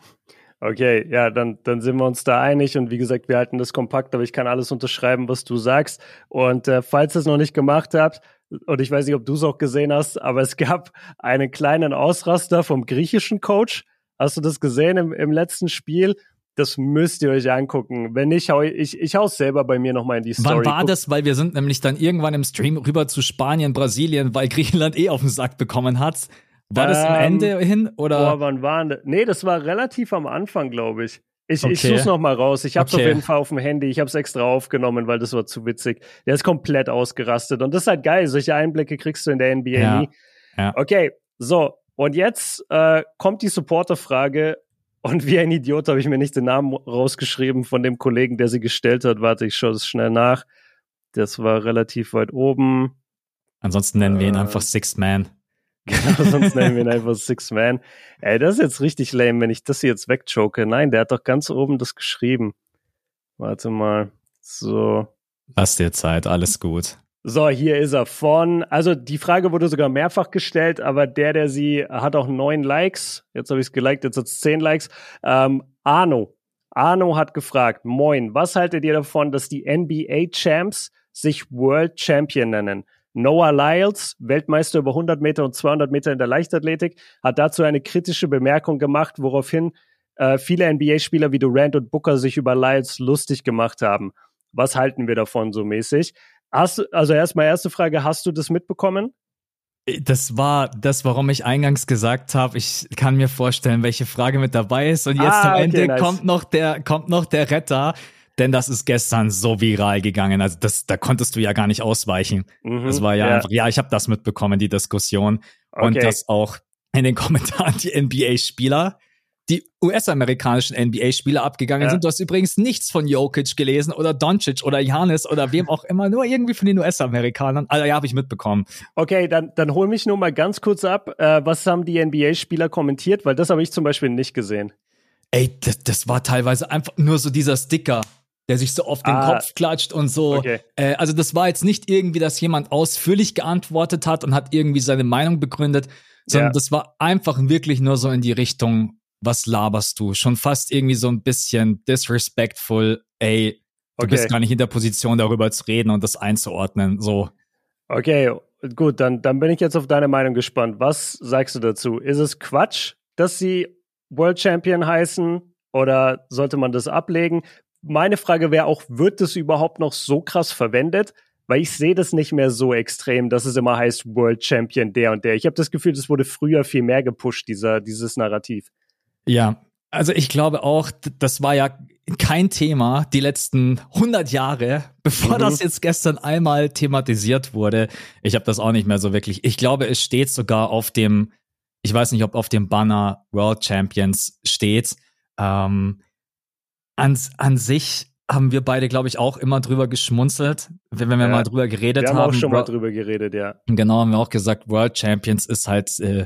Okay, ja, dann, dann sind wir uns da einig und wie gesagt, wir halten das kompakt, aber ich kann alles unterschreiben, was du sagst und äh, falls ihr es noch nicht gemacht habt und ich weiß nicht, ob du es auch gesehen hast, aber es gab einen kleinen Ausraster vom griechischen Coach. Hast du das gesehen im, im letzten Spiel? Das müsst ihr euch angucken. Wenn nicht, hau ich, ich hau's selber bei mir nochmal in die Story.
Wann war Guck. das? Weil wir sind nämlich dann irgendwann im Stream rüber zu Spanien, Brasilien, weil Griechenland eh auf den Sack bekommen hat. War das am Ende ähm, hin, oder?
Boah, wann war denn? Nee, das war relativ am Anfang, glaube ich. Ich, okay. ich such's noch mal raus. Ich hab's okay. auf jeden Fall auf dem Handy. Ich hab's extra aufgenommen, weil das war zu witzig. Der ist komplett ausgerastet. Und das ist halt geil. Solche Einblicke kriegst du in der N B A
ja.
nie.
Ja.
Okay, so. Und jetzt äh, kommt die Supporterfrage. Und wie ein Idiot habe ich mir nicht den Namen rausgeschrieben von dem Kollegen, der sie gestellt hat. Warte, ich schaue das schnell nach. Das war relativ weit oben.
Ansonsten nennen äh, wir ihn einfach Sixth Man.
Genau, sonst nennen wir ihn einfach Six Man. Ey, das ist jetzt richtig lame, wenn ich das hier jetzt wegchoke. Nein, der hat doch ganz oben das geschrieben. Warte mal. So.
Lass dir Zeit, alles gut.
So, hier ist er von, also die Frage wurde sogar mehrfach gestellt, aber der, der sie, hat auch neun Likes. Jetzt habe ich es geliked, jetzt hat es zehn Likes. Ähm, Arno. Arno hat gefragt, moin, was haltet ihr davon, dass die N B A-Champs sich World Champion nennen? Noah Lyles, Weltmeister über hundert Meter und zweihundert Meter in der Leichtathletik, hat dazu eine kritische Bemerkung gemacht, woraufhin äh, viele N B A-Spieler wie Durant und Booker sich über Lyles lustig gemacht haben. Was halten wir davon so mäßig? Hast du, also erstmal erste Frage, hast du das mitbekommen?
Das war das, warum ich eingangs gesagt habe, ich kann mir vorstellen, welche Frage mit dabei ist. Und jetzt
ah,
am
okay,
Ende
nice.
kommt noch der kommt noch der Retter. Denn das ist gestern so viral gegangen. Also das, da konntest du ja gar nicht ausweichen. Mhm, das war ja, ja einfach, ja, ich habe das mitbekommen, die Diskussion. Okay. Und dass auch in den Kommentaren die N B A-Spieler, die U S-amerikanischen N B A-Spieler abgegangen ja. sind. Du hast übrigens nichts von Jokic gelesen oder Doncic oder Giannis oder wem auch immer, nur irgendwie von den U S-Amerikanern. Also ja, habe ich mitbekommen.
Okay, dann, dann hol mich nur mal ganz kurz ab. Äh, was haben die N B A-Spieler kommentiert? Weil das habe ich zum Beispiel nicht gesehen.
Ey, das, das war teilweise einfach nur so dieser Sticker, der sich so auf den ah, Kopf klatscht und so.
Okay.
Äh, also das war jetzt nicht irgendwie, dass jemand ausführlich geantwortet hat und hat irgendwie seine Meinung begründet, sondern ja. das war einfach wirklich nur so in die Richtung, was laberst du? Schon fast irgendwie so ein bisschen disrespectful, ey, du okay. bist gar nicht in der Position, darüber zu reden und das einzuordnen, so.
Okay, gut, dann, dann bin ich jetzt auf deine Meinung gespannt. Was sagst du dazu? Ist es Quatsch, dass sie World Champion heißen oder sollte man das ablegen? Meine Frage wäre auch, wird das überhaupt noch so krass verwendet? Weil ich sehe das nicht mehr so extrem, dass es immer heißt World Champion der und der. Ich habe das Gefühl, das wurde früher viel mehr gepusht, dieser, dieses Narrativ.
Ja, also ich glaube auch, das war ja kein Thema die letzten hundert Jahre, bevor mhm. das jetzt gestern einmal thematisiert wurde. Ich habe das auch nicht mehr so wirklich. Ich glaube, es steht sogar auf dem, ich weiß nicht, ob auf dem Banner World Champions steht. Ähm, an, an sich haben wir beide, glaube ich, auch immer drüber geschmunzelt, wenn, wenn wir ja, mal drüber geredet haben.
Wir haben
auch
schon mal drüber geredet, ja.
Genau, haben wir auch gesagt, World Champions ist halt, äh,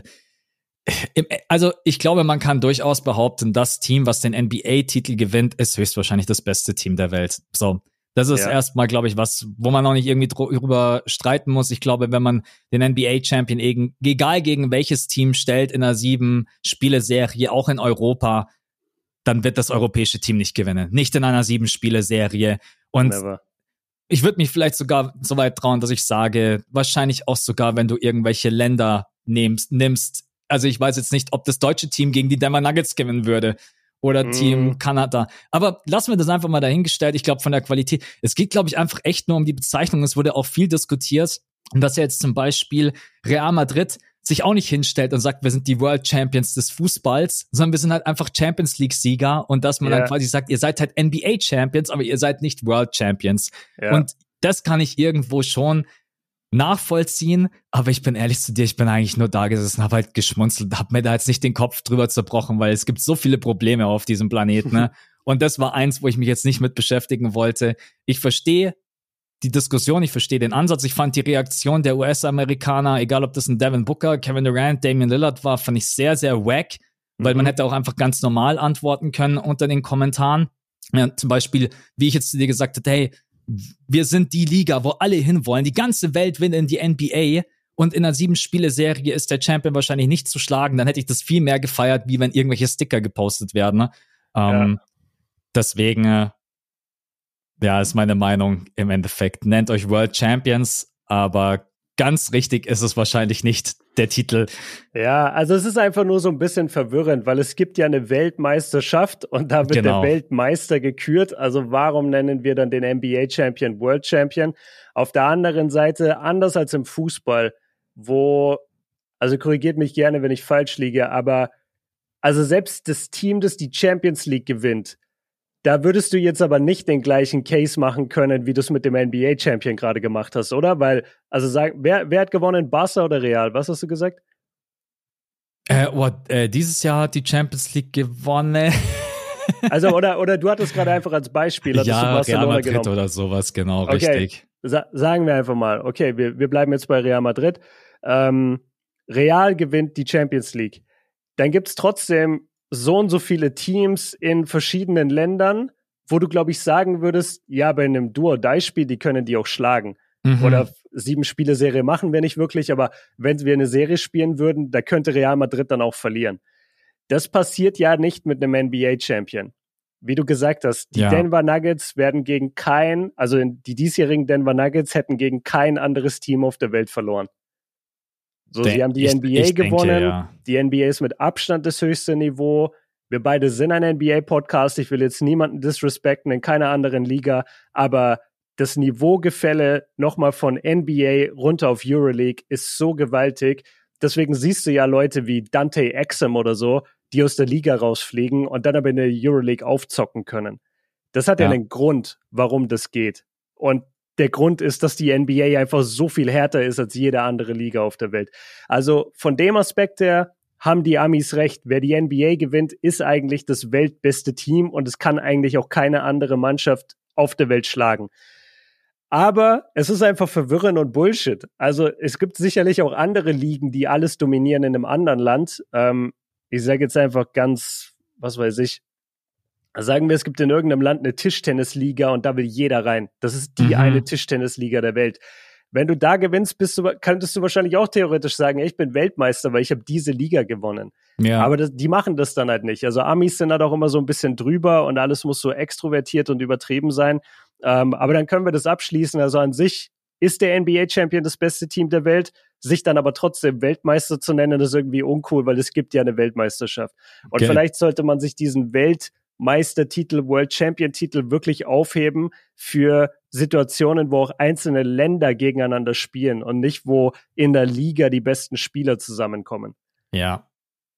also ich glaube, man kann durchaus behaupten, das Team, was den N B A-Titel gewinnt, ist höchstwahrscheinlich das beste Team der Welt. So, das ist ja. erstmal, glaube ich, was, wo man auch nicht irgendwie drüber streiten muss. Ich glaube, wenn man den N B A-Champion, egal gegen welches Team stellt in einer sieben-Spiele-Serie, auch in Europa, dann wird das europäische Team nicht gewinnen. Nicht in einer sieben-Spiele-Serie. Und Never. Ich würde mich vielleicht sogar so weit trauen, dass ich sage, wahrscheinlich auch sogar, wenn du irgendwelche Länder nimmst, nimmst. Also ich weiß jetzt nicht, ob das deutsche Team gegen die Denver Nuggets gewinnen würde oder mm. Team Kanada. Aber lassen wir das einfach mal dahingestellt. Ich glaube, von der Qualität, es geht, glaube ich, einfach echt nur um die Bezeichnung. Es wurde auch viel diskutiert. Und dass ja jetzt zum Beispiel Real Madrid sich auch nicht hinstellt und sagt, wir sind die World Champions des Fußballs, sondern wir sind halt einfach Champions League Sieger und dass man yeah. dann quasi sagt, ihr seid halt N B A Champions, aber ihr seid nicht World Champions. Yeah. Und das kann ich irgendwo schon nachvollziehen, aber ich bin ehrlich zu dir, ich bin eigentlich nur da gesessen, habe halt geschmunzelt, habe mir da jetzt nicht den Kopf drüber zerbrochen, weil es gibt so viele Probleme auf diesem Planeten, ne? Und das war eins, wo ich mich jetzt nicht mit beschäftigen wollte. Ich verstehe die Diskussion, ich verstehe den Ansatz. Ich fand die Reaktion der U S-Amerikaner, egal ob das ein Devin Booker, Kevin Durant, Damian Lillard war, fand ich sehr, sehr wack, weil mhm. man hätte auch einfach ganz normal antworten können unter den Kommentaren. Ja, zum Beispiel, wie ich jetzt zu dir gesagt habe, hey, wir sind die Liga, wo alle hinwollen. Die ganze Welt will in die N B A und in einer Sieben-Spiele-Serie ist der Champion wahrscheinlich nicht zu schlagen. Dann hätte ich das viel mehr gefeiert, wie wenn irgendwelche Sticker gepostet werden. Ne? Ähm, ja. Deswegen, äh, ja, ist meine Meinung im Endeffekt. Nennt euch World Champions, aber ganz richtig ist es wahrscheinlich nicht der Titel.
Ja, also es ist einfach nur so ein bisschen verwirrend, weil es gibt ja eine Weltmeisterschaft und da wird genau. der Weltmeister gekürt. Also warum nennen wir dann den N B A-Champion World Champion? Auf der anderen Seite, anders als im Fußball, wo, also korrigiert mich gerne, wenn ich falsch liege, aber also selbst das Team, das die Champions League gewinnt, da würdest du jetzt aber nicht den gleichen Case machen können, wie du es mit dem N B A-Champion gerade gemacht hast, oder? Weil, also sag, wer, wer hat gewonnen, Barca oder Real? Was hast du gesagt?
Äh, oh, äh, dieses Jahr hat die Champions League gewonnen.
Also, oder, oder du hattest gerade einfach als Beispiel, hattest
ja,
du Barcelona
Real Madrid
genommen.
oder sowas, genau,
okay.
richtig.
Sa- sagen wir einfach mal, okay, wir, wir bleiben jetzt bei Real Madrid. Ähm, Real gewinnt die Champions League. Dann gibt es trotzdem so und so viele Teams in verschiedenen Ländern, wo du, glaube ich, sagen würdest, ja, bei einem Do-or-Die-Spiel, die können die auch schlagen. Mhm. Oder Sieben-Spiele-Serie machen wir nicht wirklich, aber wenn wir eine Serie spielen würden, da könnte Real Madrid dann auch verlieren. Das passiert ja nicht mit einem N B A-Champion. Wie du gesagt hast, die ja. Denver Nuggets werden gegen kein, also die diesjährigen Denver Nuggets hätten gegen kein anderes Team auf der Welt verloren. So, De- sie haben die ich, N B A gewonnen. Denke, ja. Die N B A ist mit Abstand das höchste Niveau. Wir beide sind ein N B A-Podcast. Ich will jetzt niemanden disrespekten in keiner anderen Liga. Aber das Niveaugefälle nochmal von N B A runter auf Euroleague ist so gewaltig. Deswegen siehst du ja Leute wie Dante Exum oder so, die aus der Liga rausfliegen und dann aber in der Euroleague aufzocken können. Das hat ja, ja einen Grund, warum das geht. Und der Grund ist, dass die N B A einfach so viel härter ist als jede andere Liga auf der Welt. Also von dem Aspekt her haben die Amis recht. Wer die N B A gewinnt, ist eigentlich das weltbeste Team und es kann eigentlich auch keine andere Mannschaft auf der Welt schlagen. Aber es ist einfach verwirrend und Bullshit. Also es gibt sicherlich auch andere Ligen, die alles dominieren in einem anderen Land. Ähm, ich sage jetzt einfach ganz, was weiß ich, sagen wir, es gibt in irgendeinem Land eine Tischtennisliga und da will jeder rein. Das ist die mhm. eine Tischtennisliga der Welt. Wenn du da gewinnst, bist du, könntest du wahrscheinlich auch theoretisch sagen, ich bin Weltmeister, weil ich habe diese Liga gewonnen. Ja. Aber das, die machen das dann halt nicht. Also Amis sind halt auch immer so ein bisschen drüber und alles muss so extrovertiert und übertrieben sein. Ähm, aber dann können wir das abschließen. Also an sich ist der N B A-Champion das beste Team der Welt. Sich dann aber trotzdem Weltmeister zu nennen, ist irgendwie uncool, weil es gibt ja eine Weltmeisterschaft. Und okay. vielleicht sollte man sich diesen Welt Meistertitel, World Champion-Titel wirklich aufheben für Situationen, wo auch einzelne Länder gegeneinander spielen und nicht, wo in der Liga die besten Spieler zusammenkommen.
Ja,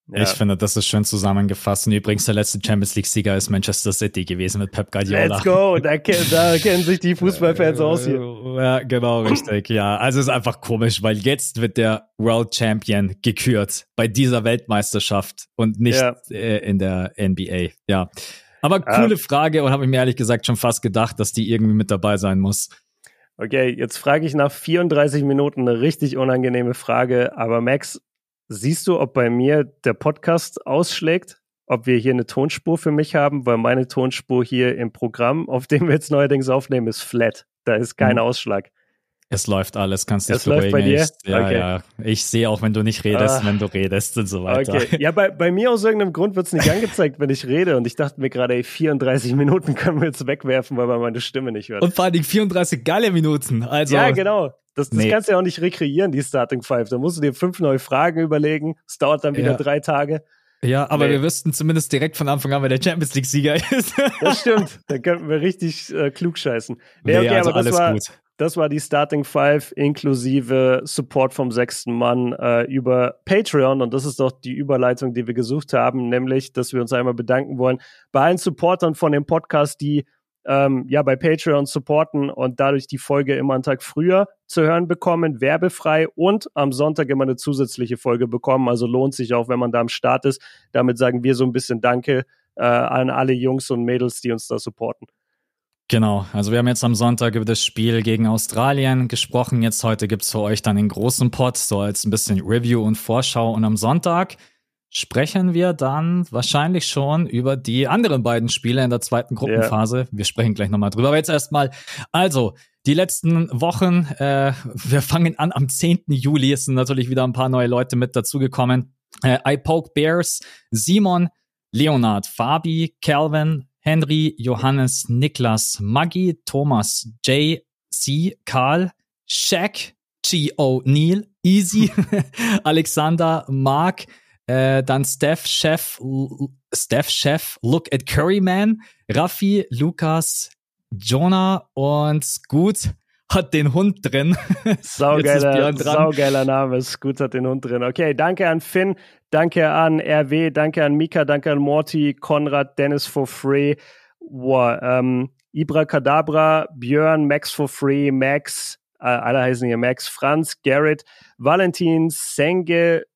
Ja. Ich finde, das ist schön zusammengefasst. Und übrigens, der letzte Champions-League-Sieger ist Manchester City gewesen mit Pep Guardiola.
Let's go, da, da kennen sich die Fußballfans aus hier.
Ja, genau, richtig, ja. Also es ist einfach komisch, weil jetzt wird der World Champion gekürt bei dieser Weltmeisterschaft und nicht ja. äh, in der N B A. Ja, aber coole ah. Frage und habe ich mir ehrlich gesagt schon fast gedacht, dass die irgendwie mit dabei sein muss.
Okay, jetzt frage ich nach vierunddreißig Minuten eine richtig unangenehme Frage, aber Max, siehst du, ob bei mir der Podcast ausschlägt? Ob wir hier eine Tonspur für mich haben? Weil meine Tonspur hier im Programm, auf dem wir jetzt neuerdings aufnehmen, ist flat. Da ist kein mhm. Ausschlag.
Es läuft alles, kannst dich
es beruhigen. Es läuft bei dir?
Ich, ja,
okay.
ja. Ich sehe auch, wenn du nicht redest, ah. wenn du redest und so weiter.
Okay. Ja, bei, bei mir aus irgendeinem Grund wird es nicht angezeigt, wenn ich rede. Und ich dachte mir gerade, ey, vierunddreißig Minuten können wir jetzt wegwerfen, weil man meine Stimme nicht hört.
Und vor allem vierunddreißig geile Minuten. Also,
ja, genau. Das, das nee. kannst du ja auch nicht rekreieren, die Starting Five. Da musst du dir fünf neue Fragen überlegen. Es dauert dann wieder ja. drei Tage.
Ja, aber nee. wir wüssten zumindest direkt von Anfang an, wer der Champions League-Sieger ist.
Das stimmt. Dann könnten wir richtig äh, klug scheißen. Nee, okay, nee, also aber das alles war, gut. Das war die Starting Five inklusive Support vom sechsten Mann äh, über Patreon. Und das ist doch die Überleitung, die wir gesucht haben, nämlich, dass wir uns einmal bedanken wollen bei allen Supportern von dem Podcast, die ähm, ja bei Patreon supporten und dadurch die Folge immer einen Tag früher zu hören bekommen, werbefrei und am Sonntag immer eine zusätzliche Folge bekommen. Also lohnt sich auch, wenn man da am Start ist. Damit sagen wir so ein bisschen Danke äh, an alle Jungs und Mädels, die uns da supporten.
Genau, also wir haben jetzt am Sonntag über das Spiel gegen Australien gesprochen. Jetzt heute gibt's für euch dann den großen Pot, so als ein bisschen Review und Vorschau. Und am Sonntag sprechen wir dann wahrscheinlich schon über die anderen beiden Spiele in der zweiten Gruppenphase. Yeah. Wir sprechen gleich nochmal drüber. Aber jetzt erstmal, also die letzten Wochen, äh, wir fangen an am zehnten Juli. Es sind natürlich wieder ein paar neue Leute mit dazugekommen. Äh, I Poke Bears, Simon, Leonard, Fabi, Calvin, Henry, Johannes, Niklas, Maggie, Thomas, Jay, C, Karl, Shaq, G. O'Neill, Easy, Alexander, Mark, äh, dann Steph, Chef, L- Steph, Chef, Look at Curryman, Raffi, Lukas, Jonah und Scoot hat den Hund drin.
Saugeiler, saugeiler Name, Scoot hat den Hund drin. Okay, danke an Finn, danke an R W, danke an Mika, danke an Morty, Konrad, Dennis for free, wow, ähm, Ibra Kadabra, Björn, Max for free, Max, äh, alle heißen hier Max, Franz, Garrett, Valentin, Senge,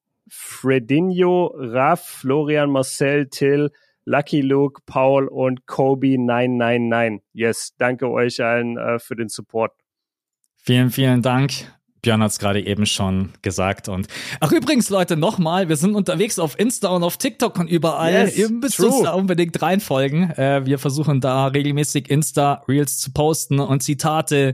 Fredinho, Raf, Florian, Marcel, Till, Lucky Luke, Paul und Kobe neun neun neun. Yes, danke euch allen äh, für den Support.
Vielen, vielen Dank. Björn hat es gerade eben schon gesagt. Und ach übrigens, Leute, nochmal, wir sind unterwegs auf Insta und auf TikTok und überall.
Yes,
Ihr müsst true. uns da unbedingt reinfolgen. Äh, wir versuchen da regelmäßig Insta-Reels zu posten und Zitate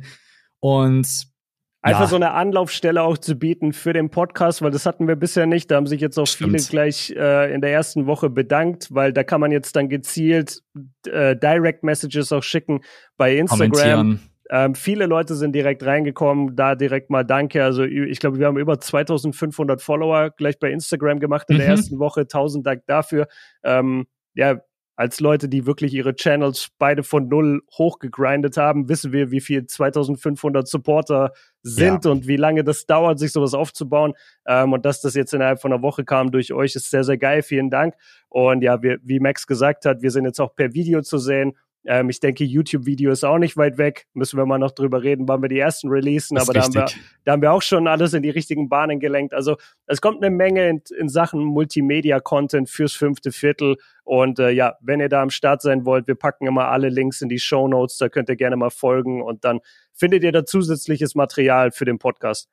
und
einfach
ja.
so eine Anlaufstelle auch zu bieten für den Podcast, weil das hatten wir bisher nicht. Da haben sich jetzt auch Stimmt. viele gleich äh, in der ersten Woche bedankt, weil da kann man jetzt dann gezielt äh, Direct Messages auch schicken bei Instagram. Ähm, viele Leute sind direkt reingekommen, da direkt mal danke. Also ich glaube, wir haben über zweitausendfünfhundert Follower gleich bei Instagram gemacht in mhm. der ersten Woche. Tausend Dank dafür. Ähm, ja, als Leute, die wirklich ihre Channels beide von null hochgegrindet haben, wissen wir, wie viel zweitausendfünfhundert Supporter sind ja. und wie lange das dauert, sich sowas aufzubauen. Ähm, und dass das jetzt innerhalb von einer Woche kam durch euch, ist sehr, sehr geil. Vielen Dank. Und ja, wir, wie Max gesagt hat, wir sind jetzt auch per Video zu sehen. Ähm, ich denke, YouTube-Video ist auch nicht weit weg. Müssen wir mal noch drüber reden, wann wir die ersten releasen. Aber da haben, wir, da haben wir auch schon alles in die richtigen Bahnen gelenkt. Also es kommt eine Menge in, in Sachen Multimedia-Content fürs fünfte Viertel. Und äh, ja, wenn ihr da am Start sein wollt, wir packen immer alle Links in die Shownotes. Da könnt ihr gerne mal folgen. Und dann findet ihr da zusätzliches Material für den Podcast.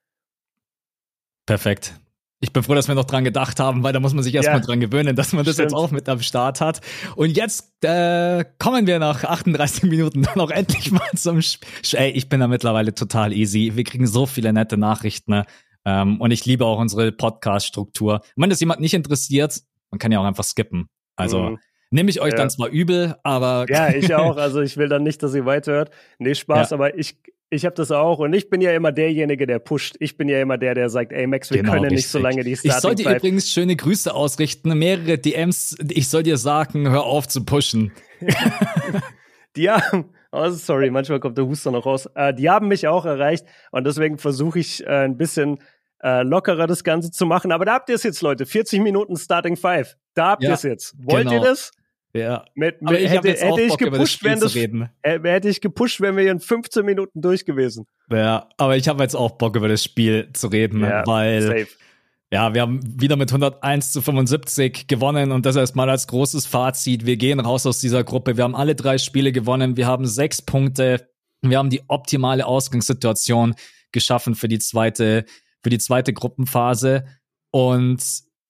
Perfekt. Ich bin froh, dass wir noch dran gedacht haben, weil da muss man sich erstmal ja. dran gewöhnen, dass man das Stimmt. jetzt auch mit am Start hat. Und jetzt äh, kommen wir nach achtunddreißig Minuten dann auch endlich mal zum Spiel. Ey, ich bin da mittlerweile total easy. Wir kriegen so viele nette Nachrichten. Ne? Ähm, und ich liebe auch unsere Podcast-Struktur. Wenn das jemand nicht interessiert, man kann ja auch einfach skippen. Also mhm. nehme ich euch ja. dann zwar übel, aber...
Ja, ich auch. Also ich will dann nicht, dass ihr weiterhört. Nee, Spaß, ja. aber ich... Ich habe das auch und ich bin ja immer derjenige, der pusht. Ich bin ja immer der, der sagt, ey Max, wir genau, können richtig. nicht so lange die Starting
Ich soll dir
Five.
übrigens schöne Grüße ausrichten, mehrere D Ms. Ich soll dir sagen, hör auf zu pushen.
Die haben, oh, sorry, manchmal kommt der Huster noch raus. Äh, die haben mich auch erreicht und deswegen versuche ich äh, ein bisschen äh, lockerer das Ganze zu machen. Aber da habt ihr es jetzt, Leute. vierzig Minuten Starting Five. Da habt ja, ihr es jetzt. Wollt genau. ihr das?
Ja.
Mit, mit,
Aber ich
hätte,
jetzt auch
hätte ich
Bock,
gepusht,
über das Spiel
das,
zu reden.
Äh, hätte ich gepusht, wären wir hier in fünfzehn Minuten durch gewesen.
Ja, aber ich habe jetzt auch Bock, über das Spiel zu reden, ja, weil safe. Ja, wir haben wieder mit hunderteins zu fünfundsiebzig gewonnen und das erstmal als großes Fazit. Wir gehen raus aus dieser Gruppe. Wir haben alle drei Spiele gewonnen. Wir haben sechs Punkte. Wir haben die optimale Ausgangssituation geschaffen für die zweite, für die zweite Gruppenphase. Und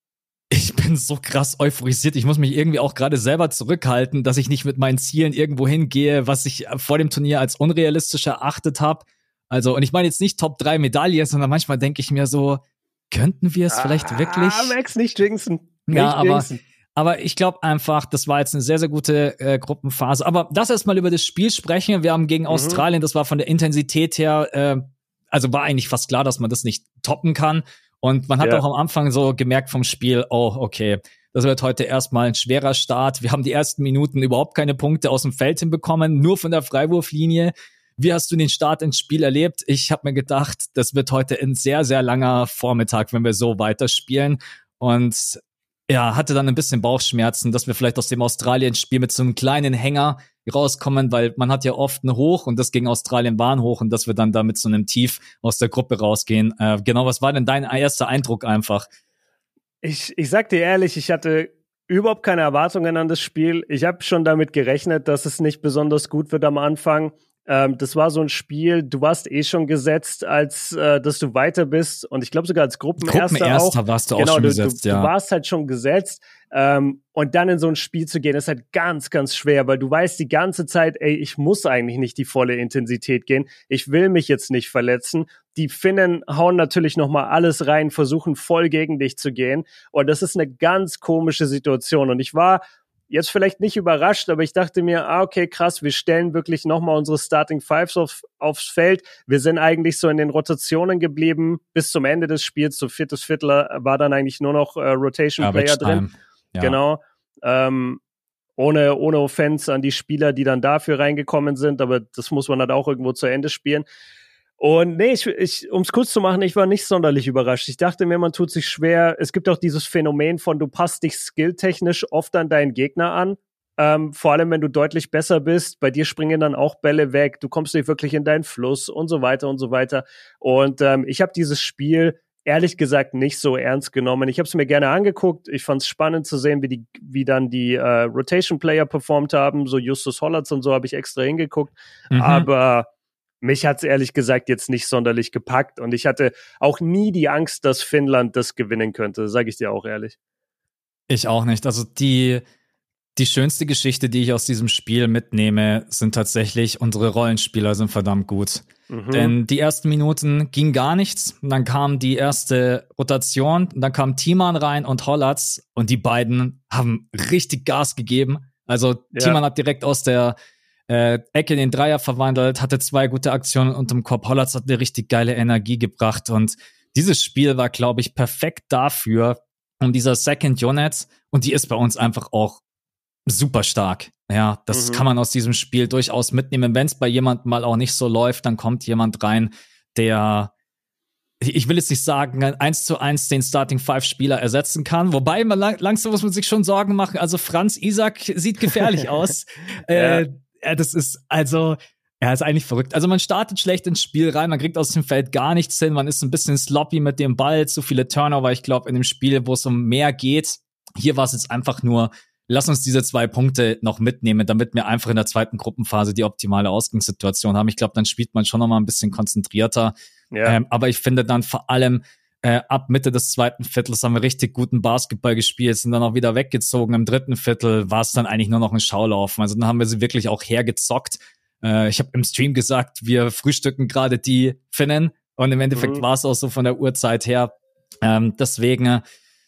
ich bin so krass euphorisiert. Ich muss mich irgendwie auch gerade selber zurückhalten, dass ich nicht mit meinen Zielen irgendwo hingehe, was ich vor dem Turnier als unrealistisch erachtet habe. Also, und ich meine jetzt nicht Top drei Medaillen, sondern manchmal denke ich mir so, könnten wir es ah, vielleicht wirklich?
Ah, Max, nicht jinxen. Nicht
ja, aber,
jinxen.
aber ich glaube einfach, das war jetzt eine sehr, sehr gute äh, Gruppenphase. Aber lass erst mal über das Spiel sprechen. Wir haben gegen mhm. Australien, das war von der Intensität her, äh, also war eigentlich fast klar, dass man das nicht toppen kann. Und man hat ja. auch am Anfang so gemerkt vom Spiel, oh, okay, das wird heute erstmal ein schwerer Start. Wir haben die ersten Minuten überhaupt keine Punkte aus dem Feld hinbekommen, nur von der Freiwurflinie. Wie hast du den Start ins Spiel erlebt? Ich habe mir gedacht, das wird heute ein sehr, sehr langer Vormittag, wenn wir so weiterspielen. Und ja, hatte dann ein bisschen Bauchschmerzen, dass wir vielleicht aus dem Australien-Spiel mit so einem kleinen Hänger rauskommen, weil man hat ja oft ein Hoch und das gegen Australien war ein Hoch und dass wir dann da mit so einem Tief aus der Gruppe rausgehen. Äh, genau, was war denn dein erster Eindruck einfach?
Ich, ich sag dir ehrlich, ich hatte überhaupt keine Erwartungen an das Spiel. Ich habe schon damit gerechnet, dass es nicht besonders gut wird am Anfang. Ähm, das war so ein Spiel, du warst eh schon gesetzt, als äh, dass du weiter bist und ich glaube sogar als Gruppenerster,
Gruppenerster
auch.
warst du
genau,
auch schon
du,
gesetzt,
du,
ja.
Du warst halt schon gesetzt ähm, und dann in so ein Spiel zu gehen, ist halt ganz, ganz schwer, weil du weißt die ganze Zeit, ey, ich muss eigentlich nicht die volle Intensität gehen, ich will mich jetzt nicht verletzen. Die Finnen hauen natürlich nochmal alles rein, versuchen voll gegen dich zu gehen und das ist eine ganz komische Situation und ich war jetzt vielleicht nicht überrascht, aber ich dachte mir, ah, okay, krass, wir stellen wirklich nochmal unsere Starting Fives auf, aufs Feld. Wir sind eigentlich so in den Rotationen geblieben bis zum Ende des Spiels. So viertes Viertel war dann eigentlich nur noch äh, Rotation-Player drin. Ja. Genau. Ähm, ohne, ohne Offense an die Spieler, die dann dafür reingekommen sind, aber das muss man halt auch irgendwo zu Ende spielen. Und nee, ich, ich, um es kurz zu machen, ich war nicht sonderlich überrascht. Ich dachte mir, man tut sich schwer. Es gibt auch dieses Phänomen von, du passt dich skilltechnisch oft an deinen Gegner an. Ähm, vor allem, wenn du deutlich besser bist. Bei dir springen dann auch Bälle weg. Du kommst nicht wirklich in deinen Fluss und so weiter und so weiter. Und ähm, ich habe dieses Spiel ehrlich gesagt nicht so ernst genommen. Ich habe es mir gerne angeguckt. Ich fand es spannend zu sehen, wie die, wie dann die äh, Rotation-Player performt haben. So Justus Hollatz und so habe ich extra hingeguckt. Mhm. Aber mich hat's ehrlich gesagt jetzt nicht sonderlich gepackt und ich hatte auch nie die Angst, dass Finnland das gewinnen könnte, sage ich dir auch ehrlich.
Ich auch nicht. Also die, die schönste Geschichte, die ich aus diesem Spiel mitnehme, sind tatsächlich, unsere Rollenspieler sind verdammt gut. Mhm. Denn die ersten Minuten ging gar nichts. Und dann kam die erste Rotation, und dann kam Thiemann rein und Hollatz und die beiden haben richtig Gas gegeben. Also ja. Thiemann hat direkt aus der Äh, Ecke in den Dreier verwandelt, hatte zwei gute Aktionen unterm Korb. Hollatz hat eine richtig geile Energie gebracht und dieses Spiel war, glaube ich, perfekt dafür, um dieser Second Unit, und die ist bei uns einfach auch super stark. Ja, das mhm. kann man aus diesem Spiel durchaus mitnehmen. Wenn es bei jemandem mal auch nicht so läuft, dann kommt jemand rein, der, ich will jetzt nicht sagen, eins zu eins den Starting Five Spieler ersetzen kann. Wobei, man lang, langsam muss man sich schon Sorgen machen. Also Franz Isak sieht gefährlich aus.
ja.
äh, Ja, das ist, also, ja, ist eigentlich verrückt. Also man startet schlecht ins Spiel rein, man kriegt aus dem Feld gar nichts hin, man ist ein bisschen sloppy mit dem Ball, zu viele Turnover, ich glaube, in dem Spiel, wo es um mehr geht. Hier war es jetzt einfach nur, lass uns diese zwei Punkte noch mitnehmen, damit wir einfach in der zweiten Gruppenphase die optimale Ausgangssituation haben. Ich glaube, dann spielt man schon noch mal ein bisschen konzentrierter. Ja. Ähm, aber ich finde dann vor allem, Äh, ab Mitte des zweiten Viertels haben wir richtig guten Basketball gespielt, sind dann auch wieder weggezogen. Im dritten Viertel war es dann eigentlich nur noch ein Schaulaufen. Also dann haben wir sie wirklich auch hergezockt. Äh, ich habe im Stream gesagt, wir frühstücken gerade die Finnen und im Endeffekt mhm. war es auch so von der Uhrzeit her. Ähm, deswegen, äh,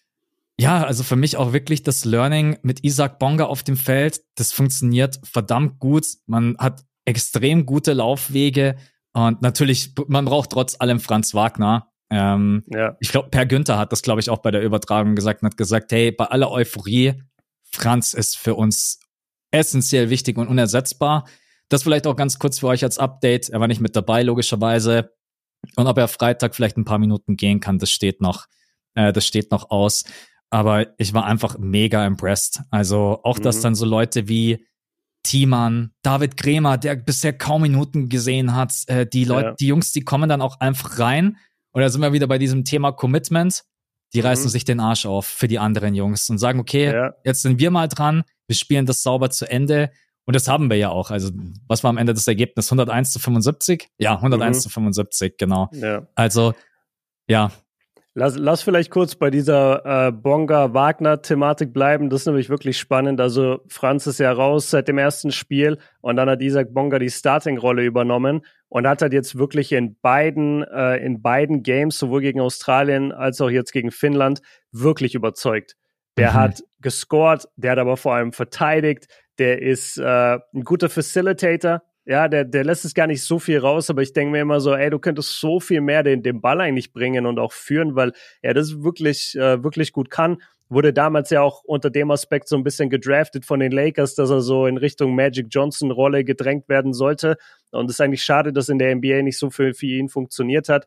ja, also für mich auch wirklich das Learning mit Isak Bonga auf dem Feld, das funktioniert verdammt gut. Man hat extrem gute Laufwege und natürlich, man braucht trotz allem Franz Wagner. Ähm, ja. Ich glaube, Per Günther hat das, glaube ich, auch bei der Übertragung gesagt und hat gesagt, hey, bei aller Euphorie, Franz ist für uns essentiell wichtig und unersetzbar. Das vielleicht auch ganz kurz für euch als Update. Er war nicht mit dabei, logischerweise. Und ob er Freitag vielleicht ein paar Minuten gehen kann, das steht noch, äh, das steht noch aus. Aber ich war einfach mega impressed. Also auch, dass mhm. dann so Leute wie Thiemann, David Krämer, der bisher kaum Minuten gesehen hat, äh, die Leute, ja. die Jungs, die kommen dann auch einfach rein. Und da sind wir wieder bei diesem Thema Commitment. Die mhm. reißen sich den Arsch auf für die anderen Jungs und sagen, okay, ja. jetzt sind wir mal dran, wir spielen das sauber zu Ende. Und das haben wir ja auch. Also, was war am Ende das Ergebnis? hunderteins zu fünfundsiebzig? Ja, hunderteins mhm. zu fünfundsiebzig, genau. Ja. Also, ja.
Lass, lass vielleicht kurz bei dieser äh, Bonga-Wagner-Thematik bleiben. Das ist nämlich wirklich spannend. Also, Franz ist ja raus seit dem ersten Spiel und dann hat Isaac Bonga die Starting-Rolle übernommen und hat halt jetzt wirklich in beiden, äh, in beiden Games, sowohl gegen Australien als auch jetzt gegen Finnland, wirklich überzeugt. Der mhm. hat gescored, der hat aber vor allem verteidigt. Der ist äh, ein guter Facilitator. Ja, der, der lässt es gar nicht so viel raus, aber ich denke mir immer so, ey, du könntest so viel mehr den, den Ball eigentlich bringen und auch führen, weil er das wirklich, äh, wirklich gut kann. Wurde damals ja auch unter dem Aspekt so ein bisschen gedraftet von den Lakers, dass er so in Richtung Magic Johnson-Rolle gedrängt werden sollte. Und es ist eigentlich schade, dass in der N B A nicht so viel für ihn funktioniert hat.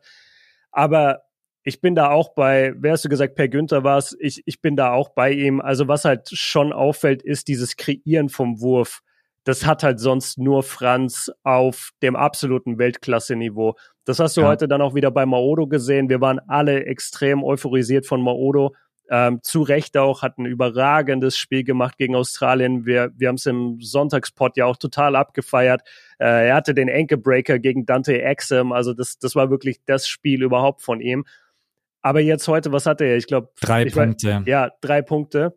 Aber ich bin da auch bei, wer hast du gesagt, Per Günther war es, ich, ich bin da auch bei ihm. Also was halt schon auffällt, ist dieses Kreieren vom Wurf. Das hat halt sonst nur Franz auf dem absoluten Weltklasse-Niveau. Das hast du ja. heute dann auch wieder bei Maodo gesehen. Wir waren alle extrem euphorisiert von Maodo. Ähm, zu Recht auch, hat ein überragendes Spiel gemacht gegen Australien. Wir, wir haben es im Sonntagspot ja auch total abgefeiert. Äh, er hatte den Ankle-Breaker gegen Dante Exum. Also das, das war wirklich das Spiel überhaupt von ihm. Aber jetzt heute, was hatte er? Ich glaube,
drei
ich
Punkte.
Weiß, ja, drei Punkte.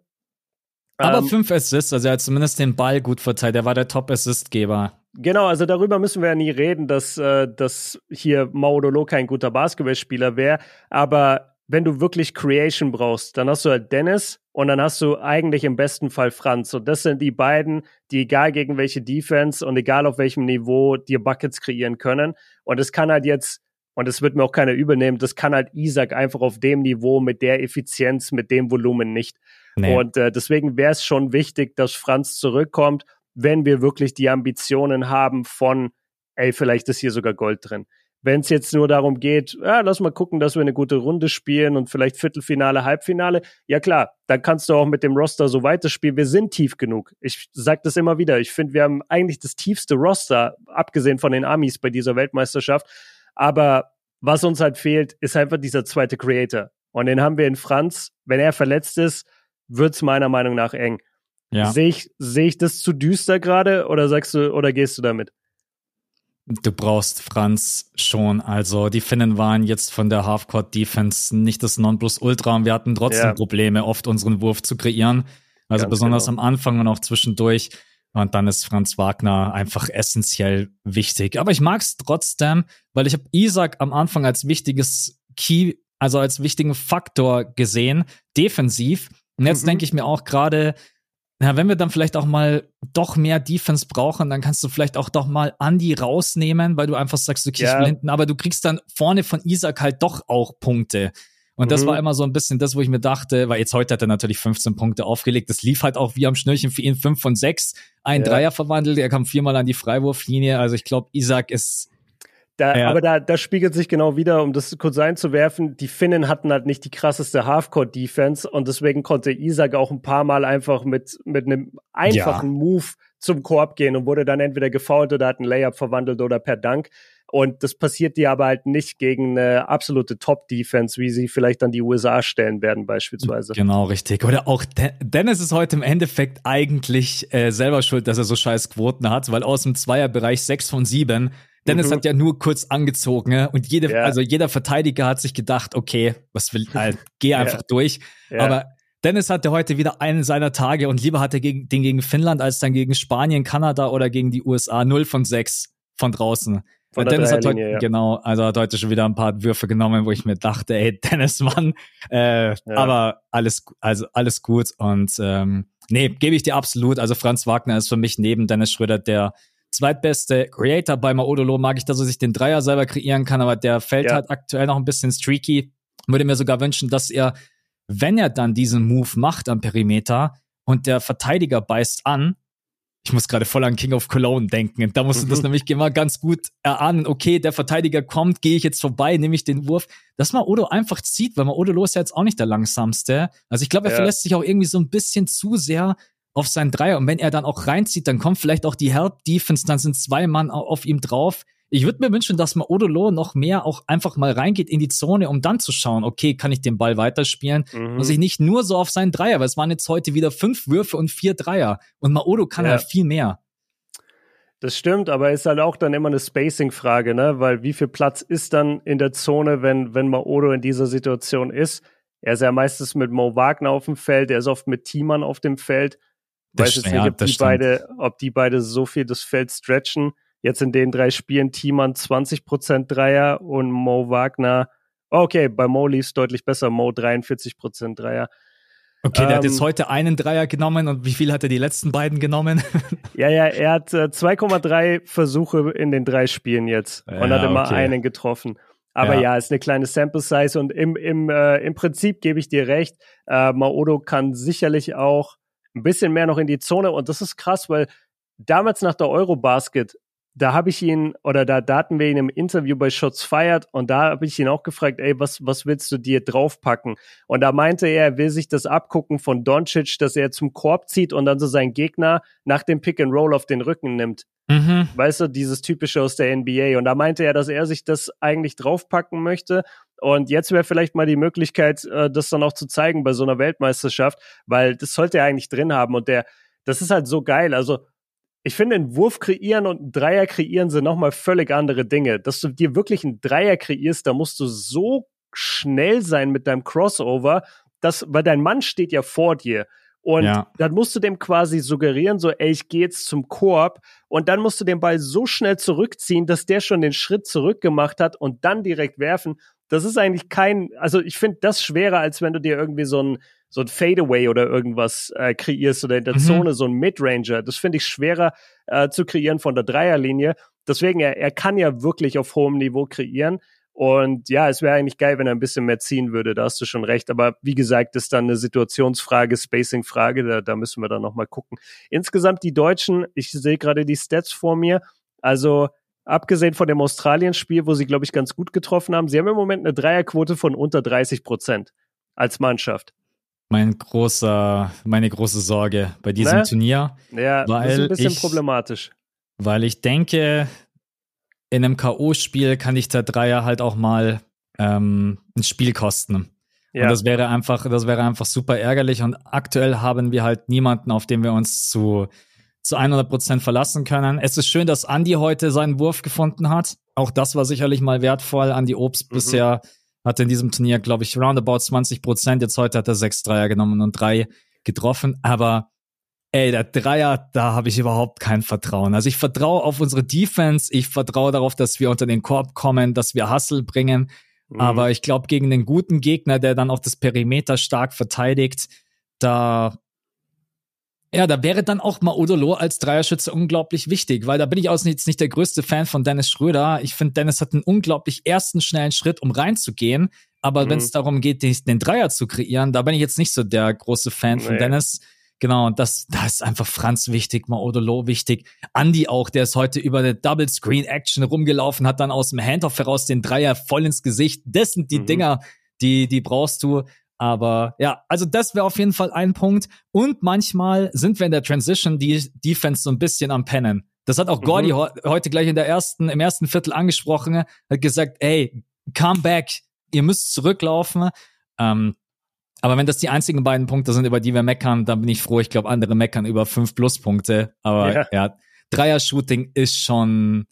Aber ähm, fünf Assists, also er hat zumindest den Ball gut verteilt. Er war der Top-Assist-Geber.
Genau, also darüber müssen wir ja nie reden, dass, äh, dass hier Maudolo kein guter Basketballspieler wäre. Aber wenn du wirklich Creation brauchst, dann hast du halt Dennis und dann hast du eigentlich im besten Fall Franz. Und das sind die beiden, die egal gegen welche Defense und egal auf welchem Niveau dir Buckets kreieren können. Und es kann halt jetzt Und es wird mir auch keiner übel das kann halt Isaac einfach auf dem Niveau, mit der Effizienz, mit dem Volumen nicht. Nee. Und äh, deswegen wäre es schon wichtig, dass Franz zurückkommt, wenn wir wirklich die Ambitionen haben von, ey, vielleicht ist hier sogar Gold drin. Wenn es jetzt nur darum geht, ja, lass mal gucken, dass wir eine gute Runde spielen und vielleicht Viertelfinale, Halbfinale, ja klar, dann kannst du auch mit dem Roster so weiterspielen. Wir sind tief genug. Ich sag das immer wieder. Ich finde, wir haben eigentlich das tiefste Roster, abgesehen von den Amis bei dieser Weltmeisterschaft. Aber was uns halt fehlt, ist einfach dieser zweite Creator. Und den haben wir in Franz. Wenn er verletzt ist, wird's meiner Meinung nach eng. Ja. Sehe ich, sehe ich das zu düster gerade oder sagst du, oder gehst du damit?
Du brauchst Franz schon. Also die Finnen waren jetzt von der Halfcourt-Defense nicht das Nonplusultra und wir hatten trotzdem ja. Probleme, oft unseren Wurf zu kreieren. Also Ganz besonders genau. am Anfang und auch zwischendurch. Und dann ist Franz Wagner einfach essentiell wichtig. Aber ich mag es trotzdem, weil ich habe Isaac am Anfang als wichtiges Key, also als wichtigen Faktor gesehen, defensiv. Und jetzt mhm. denke ich mir auch gerade, na, wenn wir dann vielleicht auch mal doch mehr Defense brauchen, dann kannst du vielleicht auch doch mal Andi rausnehmen, weil du einfach sagst, okay, ja. ich will hinten, aber du kriegst dann vorne von Isaac halt doch auch Punkte. Und das mhm. war immer so ein bisschen das, wo ich mir dachte, weil jetzt heute hat er natürlich fünfzehn Punkte aufgelegt. Das lief halt auch wie am Schnürchen für ihn, fünf von sechs, ein ja. Dreier verwandelt, er kam viermal an die Freiwurflinie. Also ich glaube, Isaac ist
Da, ja. Aber da, da spiegelt sich genau wieder, um das kurz einzuwerfen, die Finnen hatten halt nicht die krasseste Halfcourt-Defense und deswegen konnte Isaac auch ein paar Mal einfach mit, mit einem einfachen ja. Move zum Korb gehen und wurde dann entweder gefoult oder hat einen Layup verwandelt oder per Dunk. Und das passiert dir aber halt nicht gegen eine absolute Top-Defense, wie sie vielleicht dann die U S A stellen werden beispielsweise.
Genau, richtig. Oder auch De- Dennis ist heute im Endeffekt eigentlich äh, selber schuld, dass er so scheiß Quoten hat, weil aus dem Zweierbereich sechs von sieben Dennis mhm. hat ja nur kurz angezogen, ne? Und jede, ja. also jeder Verteidiger hat sich gedacht, okay, was will, äh, geh einfach ja. durch. Ja. Aber Dennis hatte heute wieder einen seiner Tage und lieber hat er gegen, den gegen Finnland als dann gegen Spanien, Kanada oder gegen die U S A null von sechs von draußen. Von der Dennis hat heute, ja. genau, also hat heute schon wieder ein paar Würfe genommen, wo ich mir dachte, ey, Dennis, Mann, äh, ja. aber alles, also alles gut und ähm, nee, gebe ich dir absolut. Also Franz Wagner ist für mich neben Dennis Schröder der zweitbeste Creator. Bei Maudolo mag ich, dass er sich den Dreier selber kreieren kann, aber der fällt ja. halt aktuell noch ein bisschen streaky. Würde mir sogar wünschen, dass er, wenn er dann diesen Move macht am Perimeter und der Verteidiger beißt an, ich muss gerade voll an King of Cologne denken. Da musst du mhm. das nämlich immer ganz gut erahnen. Okay, der Verteidiger kommt, gehe ich jetzt vorbei, nehme ich den Wurf. Dass man Odo einfach zieht, weil man Odo ist ja jetzt auch nicht der langsamste. Also ich glaube, er ja. verlässt sich auch irgendwie so ein bisschen zu sehr auf seinen Dreier. Und wenn er dann auch reinzieht, dann kommt vielleicht auch die Help-Defense, dann sind zwei Mann auf ihm drauf. Ich würde mir wünschen, dass man Odolo noch mehr auch einfach mal reingeht in die Zone, um dann zu schauen, okay, kann ich den Ball weiterspielen? Mhm. Und sich nicht nur so auf seinen Dreier, weil es waren jetzt heute wieder fünf Würfe und vier Dreier. Und Maodo kann ja halt viel mehr.
Das stimmt, aber ist halt auch dann immer eine Spacing-Frage, ne? Weil wie viel Platz ist dann in der Zone, wenn, wenn Maodo in dieser Situation ist? Er ist ja meistens mit Mo Wagner auf dem Feld, er ist oft mit Thiemann auf dem Feld. Ich weiß jetzt nicht, ob die, beide, ob die beide so viel das Feld stretchen. Jetzt in den drei Spielen Thiemann zwanzig Prozent Dreier und Mo Wagner, okay, bei Mo lief es deutlich besser, Mo dreiundvierzig Prozent Dreier.
Okay, der ähm, hat jetzt heute einen Dreier genommen und wie viel hat er die letzten beiden genommen?
ja, ja, er hat äh, zwei Komma drei Versuche in den drei Spielen jetzt und ja, hat immer okay. einen getroffen. Aber ja. ja, ist eine kleine Sample Size und im, im, äh, im Prinzip gebe ich dir recht, äh, Maodo kann sicherlich auch ein bisschen mehr noch in die Zone und das ist krass, weil damals nach der Eurobasket da habe ich ihn, oder da, da hatten wir ihn im Interview bei Shots Fired und da habe ich ihn auch gefragt, ey, was, was willst du dir draufpacken? Und da meinte er, er will sich das abgucken von Doncic, dass er zum Korb zieht und dann so seinen Gegner nach dem Pick and Roll auf den Rücken nimmt. Mhm. Weißt du, dieses Typische aus der N B A. Und da meinte er, dass er sich das eigentlich draufpacken möchte. Und jetzt wäre vielleicht mal die Möglichkeit, das dann auch zu zeigen bei so einer Weltmeisterschaft, weil das sollte er eigentlich drin haben. Und der, das ist halt so geil. Also, ich finde, einen Wurf kreieren und einen Dreier kreieren sind nochmal völlig andere Dinge. Dass du dir wirklich einen Dreier kreierst, da musst du so schnell sein mit deinem Crossover, dass, weil dein Mann steht ja vor dir. Und ja. dann musst du dem quasi suggerieren, so, ey, ich gehe jetzt zum Korb. Und dann musst du den Ball so schnell zurückziehen, dass der schon den Schritt zurück gemacht hat und dann direkt werfen. Das ist eigentlich kein, also ich finde das schwerer, als wenn du dir irgendwie so ein so ein Fadeaway oder irgendwas äh, kreierst oder in der mhm. Zone so ein Midranger. Das finde ich schwerer äh, zu kreieren von der Dreierlinie. Deswegen, er, er kann ja wirklich auf hohem Niveau kreieren. Und ja, es wäre eigentlich geil, wenn er ein bisschen mehr ziehen würde. Da hast du schon recht. Aber wie gesagt, ist dann eine Situationsfrage, Spacing-Frage. Da, da müssen wir dann nochmal gucken. Insgesamt die Deutschen, ich sehe gerade die Stats vor mir. Also abgesehen von dem Australien-Spiel, wo sie, glaube ich, ganz gut getroffen haben, sie haben im Moment eine Dreierquote von unter dreißig Prozent als Mannschaft.
Mein großer, meine große Sorge bei diesem ne? Turnier.
Ja, weil das ist ein bisschen ich, problematisch.
Weil ich denke, in einem K O-Spiel kann dich der Dreier halt auch mal ähm, ein Spiel kosten. Ja. Und das wäre einfach, das wäre einfach super ärgerlich. Und aktuell haben wir halt niemanden, auf den wir uns zu, zu hundert Prozent verlassen können. Es ist schön, dass Andi heute seinen Wurf gefunden hat. Auch das war sicherlich mal wertvoll. Andi Obst mhm. bisher hat in diesem Turnier, glaube ich, roundabout zwanzig Prozent. Jetzt heute hat er sechs Dreier genommen und drei getroffen. Aber ey, der Dreier, da habe ich überhaupt kein Vertrauen. Also ich vertraue auf unsere Defense. Ich vertraue darauf, dass wir unter den Korb kommen, dass wir Hustle bringen. Mhm. Aber ich glaube, gegen einen guten Gegner, der dann auch das Perimeter stark verteidigt, da ja, da wäre dann auch mal Odolo als Dreierschütze unglaublich wichtig, weil da bin ich auch jetzt nicht der größte Fan von Dennis Schröder. Ich finde, Dennis hat einen unglaublich ersten schnellen Schritt, um reinzugehen. Aber mhm. wenn es darum geht, den, den Dreier zu kreieren, da bin ich jetzt nicht so der große Fan nee. von Dennis. Genau, und das, da ist einfach Franz wichtig, mal Odolo wichtig. Andi auch, der ist heute über eine Double Screen Action rumgelaufen, hat dann aus dem Handoff heraus den Dreier voll ins Gesicht. Das sind die mhm. Dinger, die, die brauchst du. Aber ja, also das wäre auf jeden Fall ein Punkt. Und manchmal sind wir in der Transition die Defense so ein bisschen am Pennen. Das hat auch Gordy mhm. heute gleich in der ersten, im ersten Viertel angesprochen, hat gesagt, ey, come back, ihr müsst zurücklaufen. Ähm, aber wenn das die einzigen beiden Punkte sind, über die wir meckern, dann bin ich froh. Ich glaube, andere meckern über fünf Pluspunkte. Aber ja, ja Dreier-Shooting ist schon,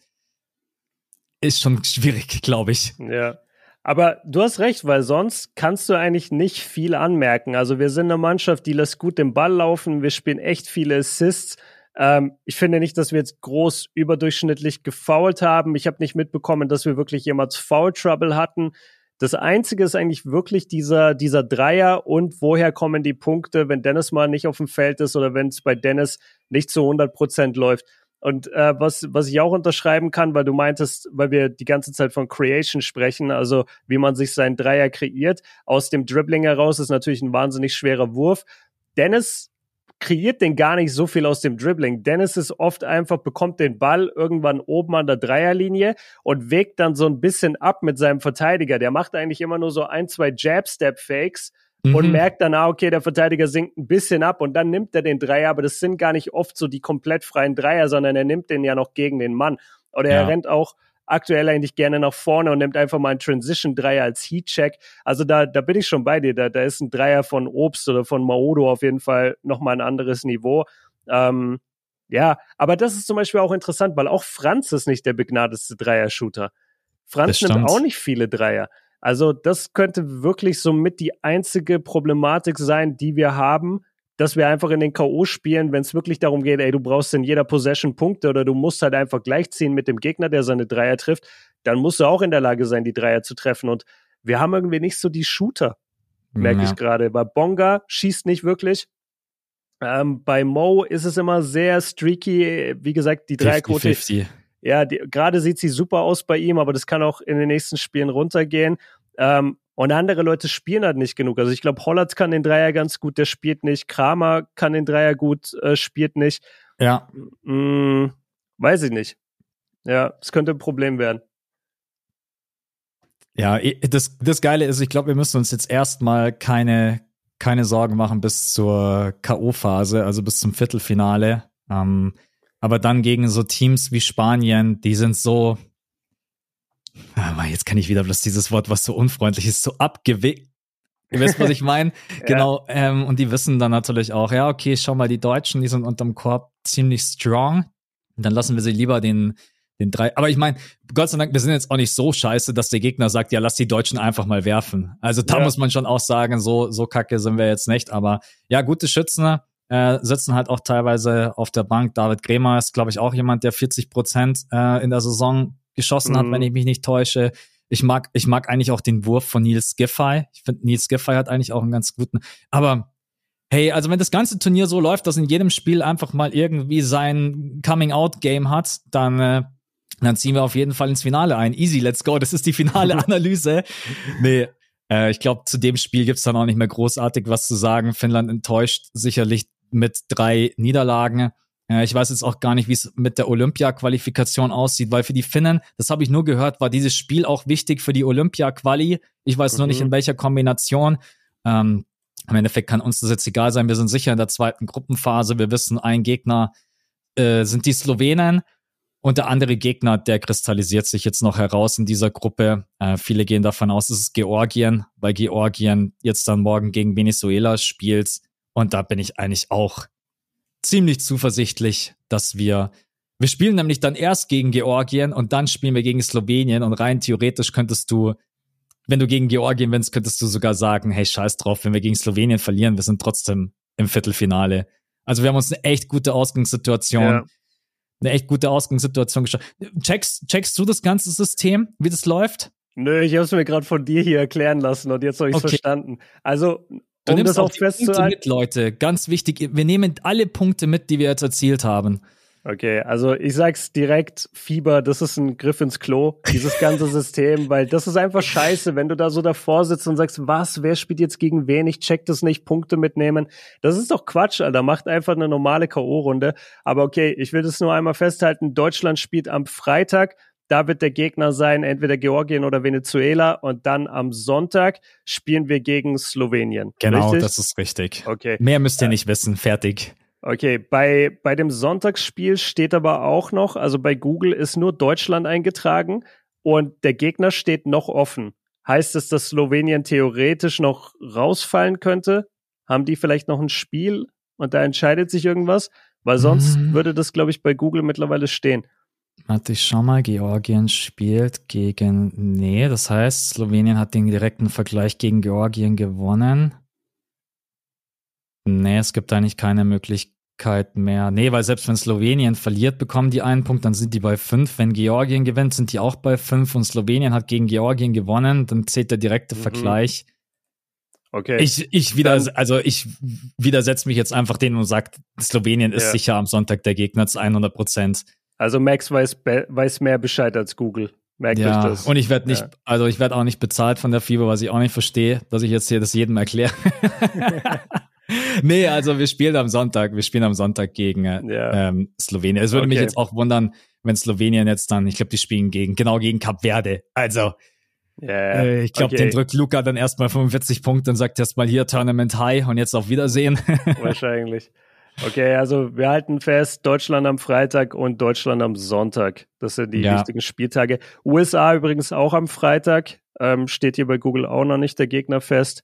ist schon schwierig, glaube ich.
Ja. Aber du hast recht, weil sonst kannst du eigentlich nicht viel anmerken. Also wir sind eine Mannschaft, die lässt gut den Ball laufen. Wir spielen echt viele Assists. Ähm, ich finde nicht, dass wir jetzt groß überdurchschnittlich gefoult haben. Ich habe nicht mitbekommen, dass wir wirklich jemals Foul Trouble hatten. Das Einzige ist eigentlich wirklich dieser, dieser Dreier und woher kommen die Punkte, wenn Dennis mal nicht auf dem Feld ist oder wenn es bei Dennis nicht zu hundert Prozent läuft. Und äh, was was ich auch unterschreiben kann, weil du meintest, weil wir die ganze Zeit von Creation sprechen, also wie man sich seinen Dreier kreiert, aus dem Dribbling heraus ist natürlich ein wahnsinnig schwerer Wurf. Dennis kreiert den gar nicht so viel aus dem Dribbling. Dennis ist oft einfach, bekommt den Ball irgendwann oben an der Dreierlinie und wägt dann so ein bisschen ab mit seinem Verteidiger. Der macht eigentlich immer nur so ein, zwei Jab-Step-Fakes mhm. und merkt dann, ah, okay, der Verteidiger sinkt ein bisschen ab und dann nimmt er den Dreier, aber das sind gar nicht oft so die komplett freien Dreier, sondern er nimmt den ja noch gegen den Mann. Oder ja. er rennt auch aktuell eigentlich gerne nach vorne und nimmt einfach mal einen Transition-Dreier als Heat-Check. Also da, da bin ich schon bei dir. Da, da ist ein Dreier von Obst oder von Maodo auf jeden Fall nochmal ein anderes Niveau. Ähm, ja, aber das ist zum Beispiel auch interessant, weil auch Franz ist nicht der begnadetste Dreier-Shooter. Franz nimmt auch nicht viele Dreier. Also das könnte wirklich so mit die einzige Problematik sein, die wir haben, dass wir einfach in den K O spielen, wenn es wirklich darum geht, ey, du brauchst in jeder Possession Punkte oder du musst halt einfach gleichziehen mit dem Gegner, der seine Dreier trifft, dann musst du auch in der Lage sein, die Dreier zu treffen. Und wir haben irgendwie nicht so die Shooter, merke ja. ich gerade. Bei Bonga schießt nicht wirklich. Ähm, bei Mo ist es immer sehr streaky. Wie gesagt, die Dreierquote.
fünfzig fünfzig.
Ja, gerade sieht sie super aus bei ihm, aber das kann auch in den nächsten Spielen runtergehen. Ähm, Und andere Leute spielen halt nicht genug. Also ich glaube, Hollert kann den Dreier ganz gut, der spielt nicht. Kramer kann den Dreier gut, äh, spielt nicht.
Ja.
Hm, weiß ich nicht. Ja, es könnte ein Problem werden.
Ja, das, das Geile ist, ich glaube, wir müssen uns jetzt erstmal keine, keine Sorgen machen bis zur K O-Phase, also bis zum Viertelfinale. Ähm, aber dann gegen so Teams wie Spanien, die sind so... Ah, jetzt kann ich wieder bloß dieses Wort, was so unfreundlich ist, so abgewegt. Ihr wisst, was ich meine? ja. Genau. Ähm, und die wissen dann natürlich auch, ja, okay, schau mal, die Deutschen, die sind unterm Korb ziemlich strong. Und dann lassen wir sie lieber den, den drei. Aber ich meine, Gott sei Dank, wir sind jetzt auch nicht so scheiße, dass der Gegner sagt, ja, lass die Deutschen einfach mal werfen. Also da ja. muss man schon auch sagen, so, so kacke sind wir jetzt nicht. Aber ja, gute Schützen äh, sitzen halt auch teilweise auf der Bank. David Grämer ist, glaube ich, auch jemand, der vierzig Prozent äh, in der Saison geschossen hat, mhm. wenn ich mich nicht täusche. Ich mag, ich mag eigentlich auch den Wurf von Niels Giffey. Ich finde, Niels Giffey hat eigentlich auch einen ganz guten. Aber hey, also wenn das ganze Turnier so läuft, dass in jedem Spiel einfach mal irgendwie sein Coming-out-Game hat, dann, äh, dann ziehen wir auf jeden Fall ins Finale ein. Easy, let's go. Das ist die finale Analyse. nee, äh, ich glaube, zu dem Spiel gibt's dann auch nicht mehr großartig was zu sagen. Finnland enttäuscht sicherlich mit drei Niederlagen. Ich weiß jetzt auch gar nicht, wie es mit der Olympia-Qualifikation aussieht, weil für die Finnen, das habe ich nur gehört, war dieses Spiel auch wichtig für die Olympia-Quali. Ich weiß mhm. nur nicht, in welcher Kombination. Ähm, im Endeffekt kann uns das jetzt egal sein. Wir sind sicher in der zweiten Gruppenphase. Wir wissen, ein Gegner äh, sind die Slowenen und der andere Gegner, der kristallisiert sich jetzt noch heraus in dieser Gruppe. Äh, viele gehen davon aus, es ist Georgien, weil Georgien jetzt dann morgen gegen Venezuela spielt. Und da bin ich eigentlich auch ziemlich zuversichtlich, dass wir, wir spielen nämlich dann erst gegen Georgien und dann spielen wir gegen Slowenien und rein theoretisch könntest du, wenn du gegen Georgien wennst, könntest du sogar sagen, hey, scheiß drauf, wenn wir gegen Slowenien verlieren, wir sind trotzdem im Viertelfinale. Also wir haben uns eine echt gute Ausgangssituation, ja. eine echt gute Ausgangssituation geschaut. Checkst, checkst du das ganze System, wie das läuft?
Nö, ich habe es mir gerade von dir hier erklären lassen und jetzt habe ich es okay. verstanden. Also
Du
um
nimmst
das
auch
auch
die Punkte
festzuhalten.
mit, Leute. Ganz wichtig. Wir nehmen alle Punkte mit, die wir jetzt erzielt haben.
Okay, also ich sag's direkt, Fieber, das ist ein Griff ins Klo, dieses ganze System, weil das ist einfach scheiße, wenn du da so davor sitzt und sagst, was, wer spielt jetzt gegen wen, ich check das nicht, Punkte mitnehmen. Das ist doch Quatsch, Alter, macht einfach eine normale K O-Runde. Aber okay, ich will das nur einmal festhalten, Deutschland spielt am Freitag. Da wird der Gegner sein, entweder Georgien oder Venezuela. Und dann am Sonntag spielen wir gegen Slowenien.
Genau,
richtig?
Das ist richtig.
Okay.
Mehr müsst ihr
äh,
nicht wissen. Fertig.
Okay, bei, bei dem Sonntagsspiel steht aber auch noch, also bei Google ist nur Deutschland eingetragen und der Gegner steht noch offen. Heißt es, dass Slowenien theoretisch noch rausfallen könnte? Haben die vielleicht noch ein Spiel und da entscheidet sich irgendwas? Weil sonst hm. würde das, glaube ich, bei Google mittlerweile stehen.
Warte, ich schau mal, Georgien spielt gegen, nee, das heißt, Slowenien hat den direkten Vergleich gegen Georgien gewonnen. Nee, es gibt eigentlich keine Möglichkeit mehr. Nee, weil selbst wenn Slowenien verliert, bekommen die einen Punkt, dann sind die bei fünf. Wenn Georgien gewinnt, sind die auch bei fünf und Slowenien hat gegen Georgien gewonnen, dann zählt der direkte mhm. Vergleich.
Okay.
Ich, ich wieder, also ich widersetze mich jetzt einfach denen und sage, Slowenien ist
ja.
sicher am Sonntag der Gegner zu hundert Prozent.
Also Max weiß, be- weiß mehr Bescheid als Google. Merkt
ja,
euch das.
Und ich werde nicht,
ja.
also ich werde auch nicht bezahlt von der FIBA, was ich auch nicht verstehe, dass ich jetzt hier das jedem erkläre. Nee, also wir spielen am Sonntag, wir spielen am Sonntag gegen äh, ja. ähm, Slowenien. Es würde okay. mich jetzt auch wundern, wenn Slowenien jetzt dann, ich glaube, die spielen gegen, genau gegen Kap Verde. Also, yeah. äh, ich glaube, okay. den drückt Luca dann erstmal fünfundvierzig Punkte und sagt erstmal hier Tournament High und jetzt auf Wiedersehen.
Wahrscheinlich. Okay, also wir halten fest, Deutschland am Freitag und Deutschland am Sonntag. Das sind die ja. wichtigen Spieltage. U S A übrigens auch am Freitag. Ähm, steht hier bei Google auch noch nicht der Gegner fest.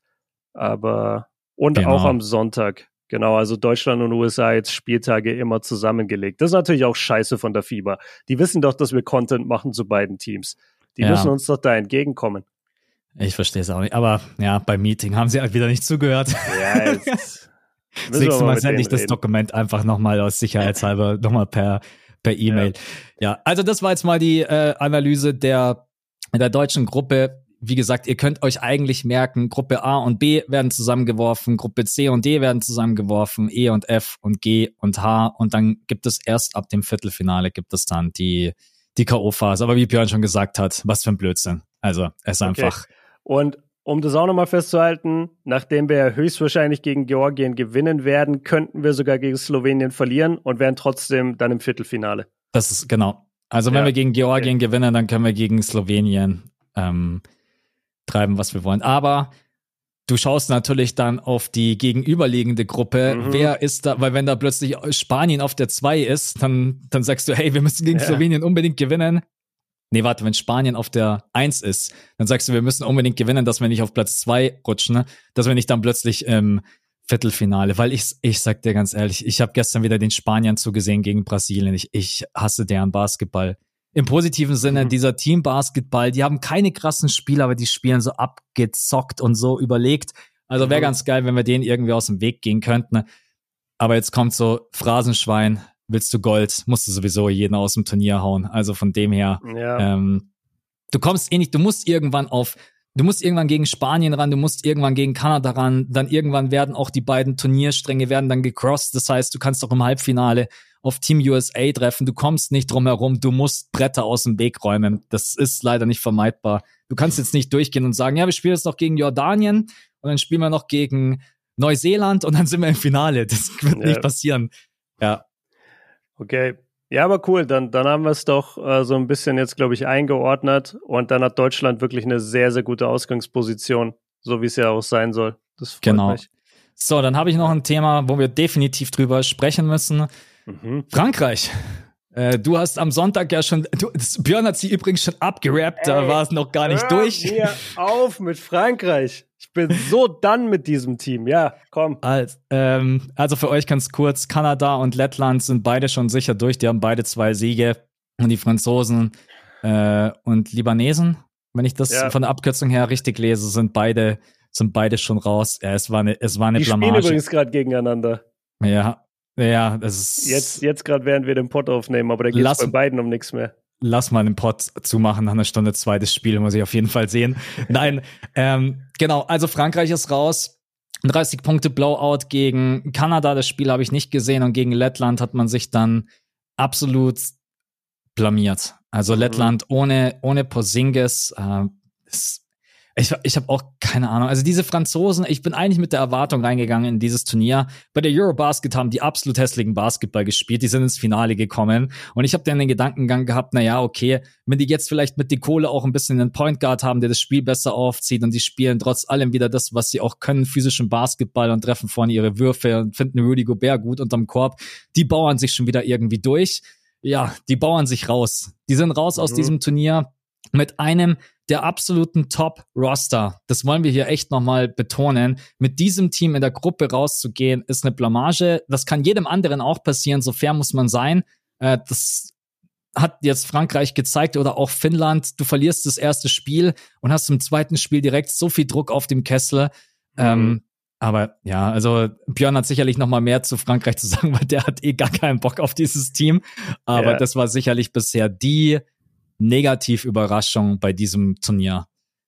Aber und genau. auch am Sonntag. Genau, also Deutschland und U S A jetzt Spieltage immer zusammengelegt. Das ist natürlich auch scheiße von der FIBA. Die wissen doch, dass wir Content machen zu beiden Teams. Die ja. müssen uns doch da entgegenkommen.
Ich verstehe es auch nicht. Aber ja, beim Meeting haben sie halt wieder nicht zugehört. Ja, jetzt das nächste Mal sende ich das reden. Dokument einfach nochmal aus Sicherheitshalber nochmal per per E-Mail. Ja. ja, also das war jetzt mal die äh, Analyse der der deutschen Gruppe. Wie gesagt, ihr könnt euch eigentlich merken, Gruppe A und B werden zusammengeworfen, Gruppe C und D werden zusammengeworfen, E und F und G und H und dann gibt es erst ab dem Viertelfinale gibt es dann die die K O-Phase. Aber wie Björn schon gesagt hat, was für ein Blödsinn. Also es ist okay. einfach.
Und um das auch nochmal festzuhalten, nachdem wir höchstwahrscheinlich gegen Georgien gewinnen werden, könnten wir sogar gegen Slowenien verlieren und wären trotzdem dann im Viertelfinale.
Das ist genau. Also wenn ja. wir gegen Georgien okay. gewinnen, dann können wir gegen Slowenien ähm, treiben, was wir wollen. Aber du schaust natürlich dann auf die gegenüberliegende Gruppe. Mhm. Wer ist da, weil wenn da plötzlich Spanien auf der zwei ist, dann, dann sagst du, hey, wir müssen gegen ja. Slowenien unbedingt gewinnen. Nee, warte, wenn Spanien auf der eins ist, dann sagst du, wir müssen unbedingt gewinnen, dass wir nicht auf Platz zwei rutschen, ne? Dass wir nicht dann plötzlich im Viertelfinale, weil ich, ich sag dir ganz ehrlich, ich habe gestern wieder den Spaniern zugesehen gegen Brasilien. Ich, ich hasse deren Basketball. Im positiven Sinne, mhm. dieser Teambasketball, die haben keine krassen Spieler, aber die spielen so abgezockt und so überlegt. Also wäre mhm. ganz geil, wenn wir denen irgendwie aus dem Weg gehen könnten. Aber jetzt kommt so Phrasenschwein, willst du Gold, musst du sowieso jeden aus dem Turnier hauen. Also von dem her, ja. ähm, du kommst eh nicht, du musst irgendwann auf, du musst irgendwann gegen Spanien ran, du musst irgendwann gegen Kanada ran, dann irgendwann werden auch die beiden Turnierstränge werden dann gecrossed. Das heißt, du kannst auch im Halbfinale auf Team U S A treffen, du kommst nicht drum herum, du musst Bretter aus dem Weg räumen. Das ist leider nicht vermeidbar. Du kannst jetzt nicht durchgehen und sagen, ja, wir spielen jetzt noch gegen Jordanien und dann spielen wir noch gegen Neuseeland und dann sind wir im Finale. Das wird ja. nicht passieren. Ja.
Okay. Ja, aber cool. Dann, dann haben wir es doch äh, so ein bisschen jetzt, glaube ich, eingeordnet und dann hat Deutschland wirklich eine sehr, sehr gute Ausgangsposition, so wie es ja auch sein soll. Das freut
genau.
mich.
So, dann habe ich noch ein Thema, wo wir definitiv drüber sprechen müssen. Mhm. Frankreich. Äh, du hast am Sonntag ja schon, du, das, Björn hat sie übrigens schon abgerappt, da war es noch gar nicht
hör
durch.
Mir auf mit Frankreich. Ich bin so done mit diesem Team. Ja, komm.
Also, ähm, also für euch ganz kurz, Kanada und Lettland sind beide schon sicher durch, die haben beide zwei Siege. Und die Franzosen äh, und Libanesen, wenn ich das ja. von der Abkürzung her richtig lese, sind beide sind beide schon raus. Ja, es war eine, es war eine
die
Blamage.
Die spielen übrigens gerade gegeneinander.
Ja, ja, das ist...
Jetzt, jetzt gerade werden wir den Pod aufnehmen, aber da geht es bei beiden um nichts mehr.
Lass mal den Pod zumachen, nach einer Stunde zweites Spiel, muss ich auf jeden Fall sehen. Nein, ähm, genau, also Frankreich ist raus. dreißig Punkte Blowout gegen Kanada, das Spiel habe ich nicht gesehen und gegen Lettland hat man sich dann absolut blamiert. Also mhm. Lettland ohne, ohne Porzingis, äh, ist Ich, ich habe auch keine Ahnung. Also diese Franzosen, ich bin eigentlich mit der Erwartung reingegangen in dieses Turnier. Bei der Eurobasket haben die absolut hässlichen Basketball gespielt. Die sind ins Finale gekommen. Und ich habe dann den Gedankengang gehabt, na ja, okay, wenn die jetzt vielleicht mit die Kohle auch ein bisschen einen Point Guard haben, der das Spiel besser aufzieht und die spielen trotz allem wieder das, was sie auch können, physischen Basketball und treffen vorne ihre Würfe und finden Rudy Gobert gut unterm Korb. Die bauern sich schon wieder irgendwie durch. Ja, die bauern sich raus. Die sind raus mhm. aus diesem Turnier mit einem der absoluten Top-Roster. Das wollen wir hier echt nochmal betonen. Mit diesem Team in der Gruppe rauszugehen, ist eine Blamage. Das kann jedem anderen auch passieren, so fair muss man sein. Äh, das hat jetzt Frankreich gezeigt oder auch Finnland. Du verlierst das erste Spiel und hast im zweiten Spiel direkt so viel Druck auf dem Kessel. Mhm. Ähm, aber ja, also Björn hat sicherlich noch mal mehr zu Frankreich zu sagen, weil der hat eh gar keinen Bock auf dieses Team. Aber ja. das war sicherlich bisher die Negativüberraschung bei diesem Turnier.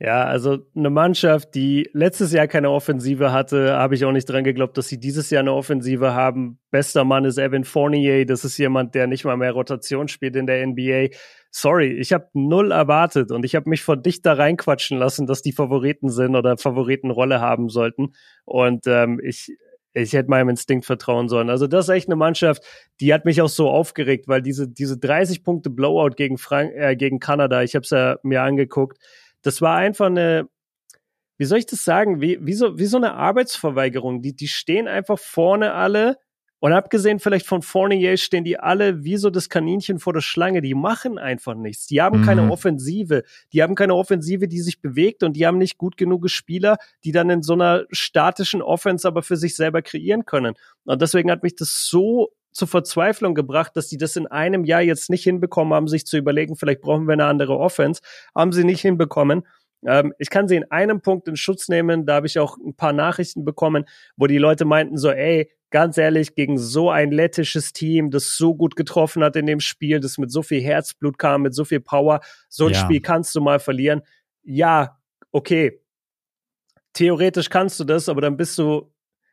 Ja, also eine Mannschaft, die letztes Jahr keine Offensive hatte, habe ich auch nicht dran geglaubt, dass sie dieses Jahr eine Offensive haben. Bester Mann ist Evan Fournier, das ist jemand, der nicht mal mehr Rotation spielt in der N B A. Sorry, ich habe null erwartet und ich habe mich von dich da reinquatschen lassen, dass die Favoriten sind oder Favoritenrolle haben sollten. Und ähm, ich ich hätte meinem Instinkt vertrauen sollen. Also das ist echt eine Mannschaft, die hat mich auch so aufgeregt, weil diese diese dreißig Punkte Blowout gegen Frank äh, gegen Kanada, ich habe es ja mir angeguckt. Das war einfach eine, wie soll ich das sagen, wie, wie, so, wie so eine Arbeitsverweigerung. Die, die stehen einfach vorne alle und abgesehen vielleicht von Fournier stehen die alle wie so das Kaninchen vor der Schlange. Die machen einfach nichts. Die haben mhm. keine Offensive. Die haben keine Offensive, die sich bewegt und die haben nicht gut genug Spieler, die dann in so einer statischen Offense aber für sich selber kreieren können. Und deswegen hat mich das so zur Verzweiflung gebracht, dass die das in einem Jahr jetzt nicht hinbekommen haben, sich zu überlegen, vielleicht brauchen wir eine andere Offense. Haben sie nicht hinbekommen. Ähm, ich kann sie in einem Punkt in Schutz nehmen. Da habe ich auch ein paar Nachrichten bekommen, wo die Leute meinten so, ey, ganz ehrlich, gegen so ein lettisches Team, das so gut getroffen hat in dem Spiel, das mit so viel Herzblut kam, mit so viel Power, so ein ja. Spiel kannst du mal verlieren. Ja, okay. Theoretisch kannst du das, aber dann bist du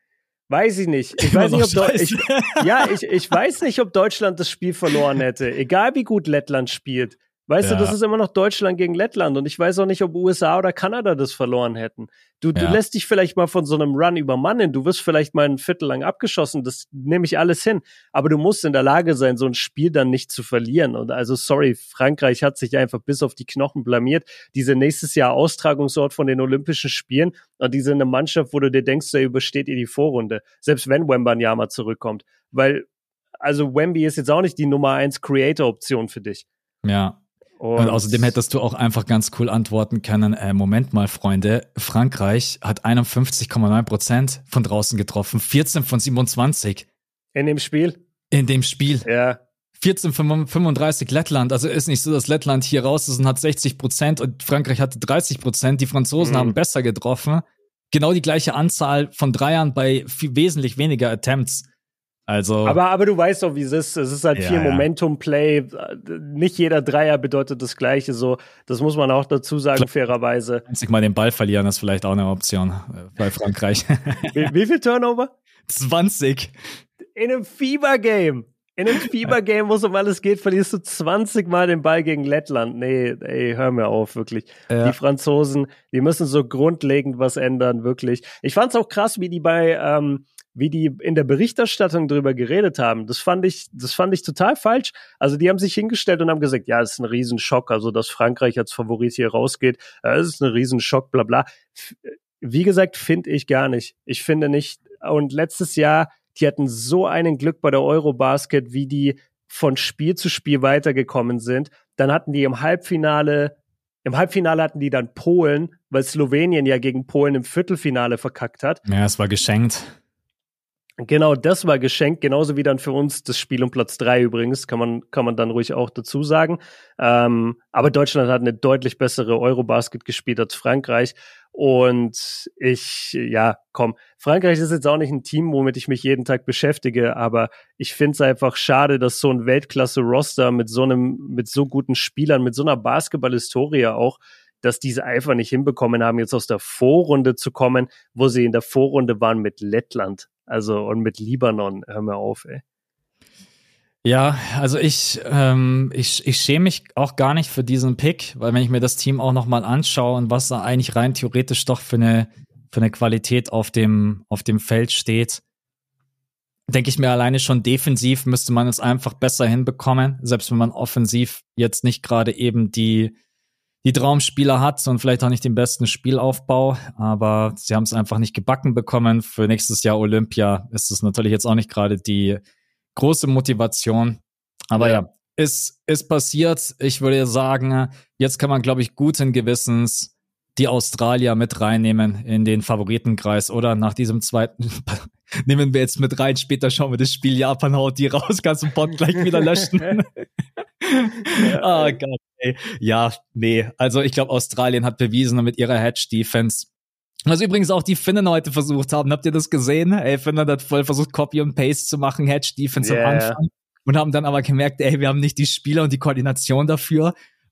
Weiß ich nicht. Ich weiß nicht, ob Deu- ich, ja, ich, ich weiß nicht, ob Deutschland das Spiel verloren hätte. Egal wie gut Lettland spielt. Weißt ja. du, das ist immer noch Deutschland gegen Lettland. Und ich weiß auch nicht, ob U S A oder Kanada das verloren hätten. Du, du ja. lässt dich vielleicht mal von so einem Run übermannen. Du wirst vielleicht mal ein Viertel lang abgeschossen. Das nehme ich alles hin. Aber du musst in der Lage sein, so ein Spiel dann nicht zu verlieren. Und also, sorry, Frankreich hat sich einfach bis auf die Knochen blamiert. Diese nächstes Jahr Austragungsort von den Olympischen Spielen. Und die sind eine Mannschaft, wo du dir denkst, da übersteht ihr die Vorrunde. Selbst wenn Wembanyama zurückkommt. Weil, also Wemby ist jetzt auch nicht die Nummer eins Creator-Option für dich.
Ja. Und, und außerdem hättest du auch einfach ganz cool antworten können, äh, Moment mal, Freunde, Frankreich hat einundfünfzig Komma neun Prozent von draußen getroffen, vierzehn von siebenundzwanzig.
In dem Spiel?
In dem Spiel.
Ja.
vierzehn von fünfunddreißig Lettland, also ist nicht so, dass Lettland hier raus ist und hat sechzig Prozent und Frankreich hatte dreißig Prozent, die Franzosen mhm. haben besser getroffen. Genau die gleiche Anzahl von Dreiern bei viel, wesentlich weniger Attempts. Also,
aber, aber du weißt doch, wie es ist. Es ist halt ja, viel ja. Momentum-Play. Nicht jeder Dreier bedeutet das Gleiche. So, das muss man auch dazu sagen, Klar, fairerweise.
Sich mal den Ball verlieren, ist vielleicht auch eine Option bei Frankreich.
wie, wie viel Turnover?
zwanzig.
In einem Fieber-Game. In einem Fieber-Game, wo es um alles geht, verlierst du zwanzig Mal den Ball gegen Lettland. Nee, ey, hör mir auf, wirklich. Ja. Die Franzosen, die müssen so grundlegend was ändern, wirklich. Ich fand's auch krass, wie die bei, ähm, wie die in der Berichterstattung drüber geredet haben. Das fand ich, das fand ich total falsch. Also die haben sich hingestellt und haben gesagt, ja, das ist ein Riesenschock, also dass Frankreich als Favorit hier rausgeht, das ist ein Riesenschock, bla bla. Wie gesagt, finde ich gar nicht. Ich finde nicht, und letztes Jahr, die hatten so einen Glück bei der Eurobasket, wie die von Spiel zu Spiel weitergekommen sind. Dann hatten die im Halbfinale, im Halbfinale hatten die dann Polen, weil Slowenien ja gegen Polen im Viertelfinale verkackt hat.
Ja, es war geschenkt.
Genau, das war geschenkt, genauso wie dann für uns das Spiel um Platz drei übrigens, kann man kann man dann ruhig auch dazu sagen. Ähm, aber Deutschland hat eine deutlich bessere Eurobasket gespielt als Frankreich. Und ich, ja, komm, Frankreich ist jetzt auch nicht ein Team, womit ich mich jeden Tag beschäftige, aber ich finde es einfach schade, dass so ein Weltklasse-Roster mit so einem, mit so guten Spielern, mit so einer Basketball-Historie auch, dass diese einfach nicht hinbekommen haben, jetzt aus der Vorrunde zu kommen, wo sie in der Vorrunde waren mit Lettland. Also, und mit Libanon, hör mir auf, ey.
Ja, also ich, ähm, ich, ich schäme mich auch gar nicht für diesen Pick, weil wenn ich mir das Team auch nochmal anschaue und was da eigentlich rein theoretisch doch für eine, für eine Qualität auf dem, auf dem Feld steht, denke ich mir alleine schon defensiv müsste man es einfach besser hinbekommen, selbst wenn man offensiv jetzt nicht gerade eben die, die Traumspieler hat und vielleicht auch nicht den besten Spielaufbau, aber sie haben es einfach nicht gebacken bekommen. Für nächstes Jahr Olympia ist es natürlich jetzt auch nicht gerade die große Motivation. Aber ja, ja ist, ist passiert. Ich würde sagen, jetzt kann man, glaube ich, guten Gewissens die Australier mit reinnehmen in den Favoritenkreis, oder? Nach diesem zweiten nehmen wir jetzt mit rein. Später schauen wir das Spiel Japan, haut die raus, kannst du den Pod gleich wieder löschen. Ah, oh Gott, ey. Ja, nee. Also ich glaube, Australien hat bewiesen mit ihrer Hedge-Defense. Was übrigens auch die Finnen heute versucht haben. Habt ihr das gesehen? Ey, Finnland hat voll versucht, Copy und Paste zu machen, Hedge-Defense yeah. am Anfang. Und haben dann aber gemerkt, ey, wir haben nicht die Spieler und die Koordination dafür.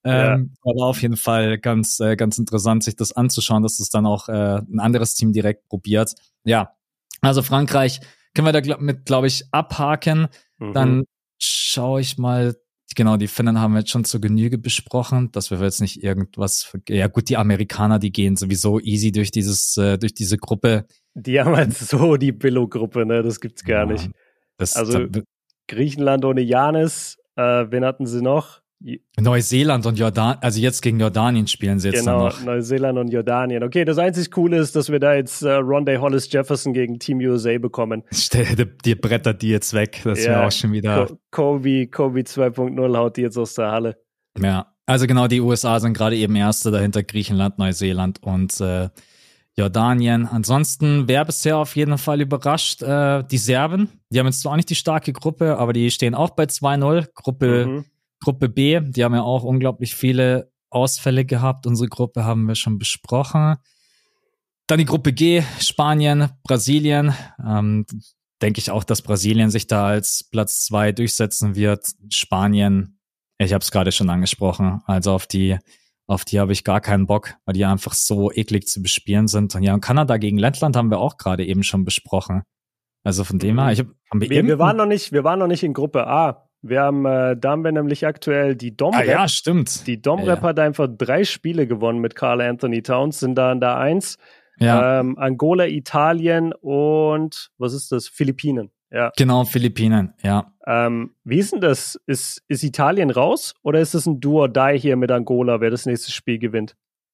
Ähm, ja. Aber auf jeden Fall ganz, äh, ganz interessant, sich das anzuschauen, dass das dann auch äh, ein anderes Team direkt probiert. Ja, also Frankreich können wir da gl- mit, glaube ich, abhaken. Mhm. Dann schaue ich mal, genau, die Finnen haben wir jetzt schon zur Genüge besprochen, dass wir jetzt nicht irgendwas, ja gut, die Amerikaner, die gehen sowieso easy durch dieses, äh, durch diese Gruppe.
Die haben halt so die Billo-Gruppe, ne, das gibt's gar ja, nicht. Das, also da, Griechenland ohne Giannis, äh, wen hatten sie noch?
Neuseeland und Jordanien, also jetzt gegen Jordanien spielen sie jetzt
genau,
noch.
Genau, Neuseeland und Jordanien. Okay, das einzig Coole ist, dass wir da jetzt äh, Rondé Hollis-Jefferson gegen Team U S A bekommen.
Stell dir die Bretter die jetzt weg, das ja, wäre auch schon wieder...
Co- Kobe, Kobe zwei Punkt null haut die jetzt aus der Halle.
Ja, also genau, die U S A sind gerade eben Erste, dahinter Griechenland, Neuseeland und äh, Jordanien. Ansonsten, wer bisher auf jeden Fall überrascht, äh, die Serben. Die haben jetzt zwar auch nicht die starke Gruppe, aber die stehen auch bei zwei null. Gruppe... Mhm. Gruppe B, die haben ja auch unglaublich viele Ausfälle gehabt. Unsere Gruppe haben wir schon besprochen. Dann die Gruppe G, Spanien, Brasilien. Ähm, denke ich auch, dass Brasilien sich da als Platz zwei durchsetzen wird. Spanien, ich habe es gerade schon angesprochen, also auf die auf die habe ich gar keinen Bock, weil die einfach so eklig zu bespielen sind. Und ja, und Kanada gegen Lettland haben wir auch gerade eben schon besprochen. Also von dem her, ich hab, haben wir,
wir, wir waren noch nicht, wir waren noch nicht in Gruppe A. Wir haben, äh, da haben wir nämlich aktuell die Domrep.
Ah, ja, stimmt.
Die Domrep
ja, ja.
hat einfach drei Spiele gewonnen mit Karl Anthony Towns, sind da in der Eins.
Ja.
Ähm, Angola, Italien und, was ist das? Philippinen. Ja.
Genau, Philippinen, ja.
Ähm, wie ist denn das? Ist, ist Italien raus oder ist das ein Do or Die hier mit Angola, wer das nächste Spiel gewinnt?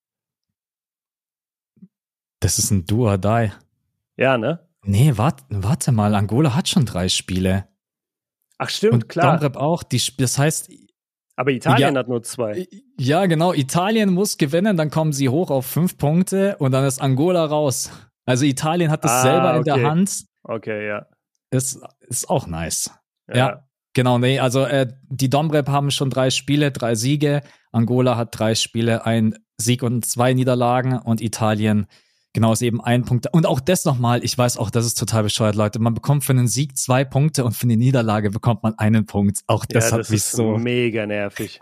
Das ist ein Do or Die.
Ja, ne?
Nee, warte, warte mal, Angola hat schon drei Spiele.
Ach stimmt,
und
klar.
Domrep auch, die, das heißt...
Aber Italien
ja,
hat nur zwei.
Ja, genau, Italien muss gewinnen, dann kommen sie hoch auf fünf Punkte und dann ist Angola raus. Also Italien hat das
ah,
selber
okay.
in der Hand.
Okay, ja.
Ist, ist auch nice.
Ja,
ja genau, nee, also äh, die Domrep haben schon drei Spiele, drei Siege. Angola hat drei Spiele, ein Sieg und zwei Niederlagen und Italien genau, ist eben ein Punkt. Und auch das nochmal, ich weiß auch, das ist total bescheuert, Leute. Man bekommt für einen Sieg zwei Punkte und für eine Niederlage bekommt man einen Punkt. Auch das
ja,
hat
das
mich
ist
so...
mega nervig.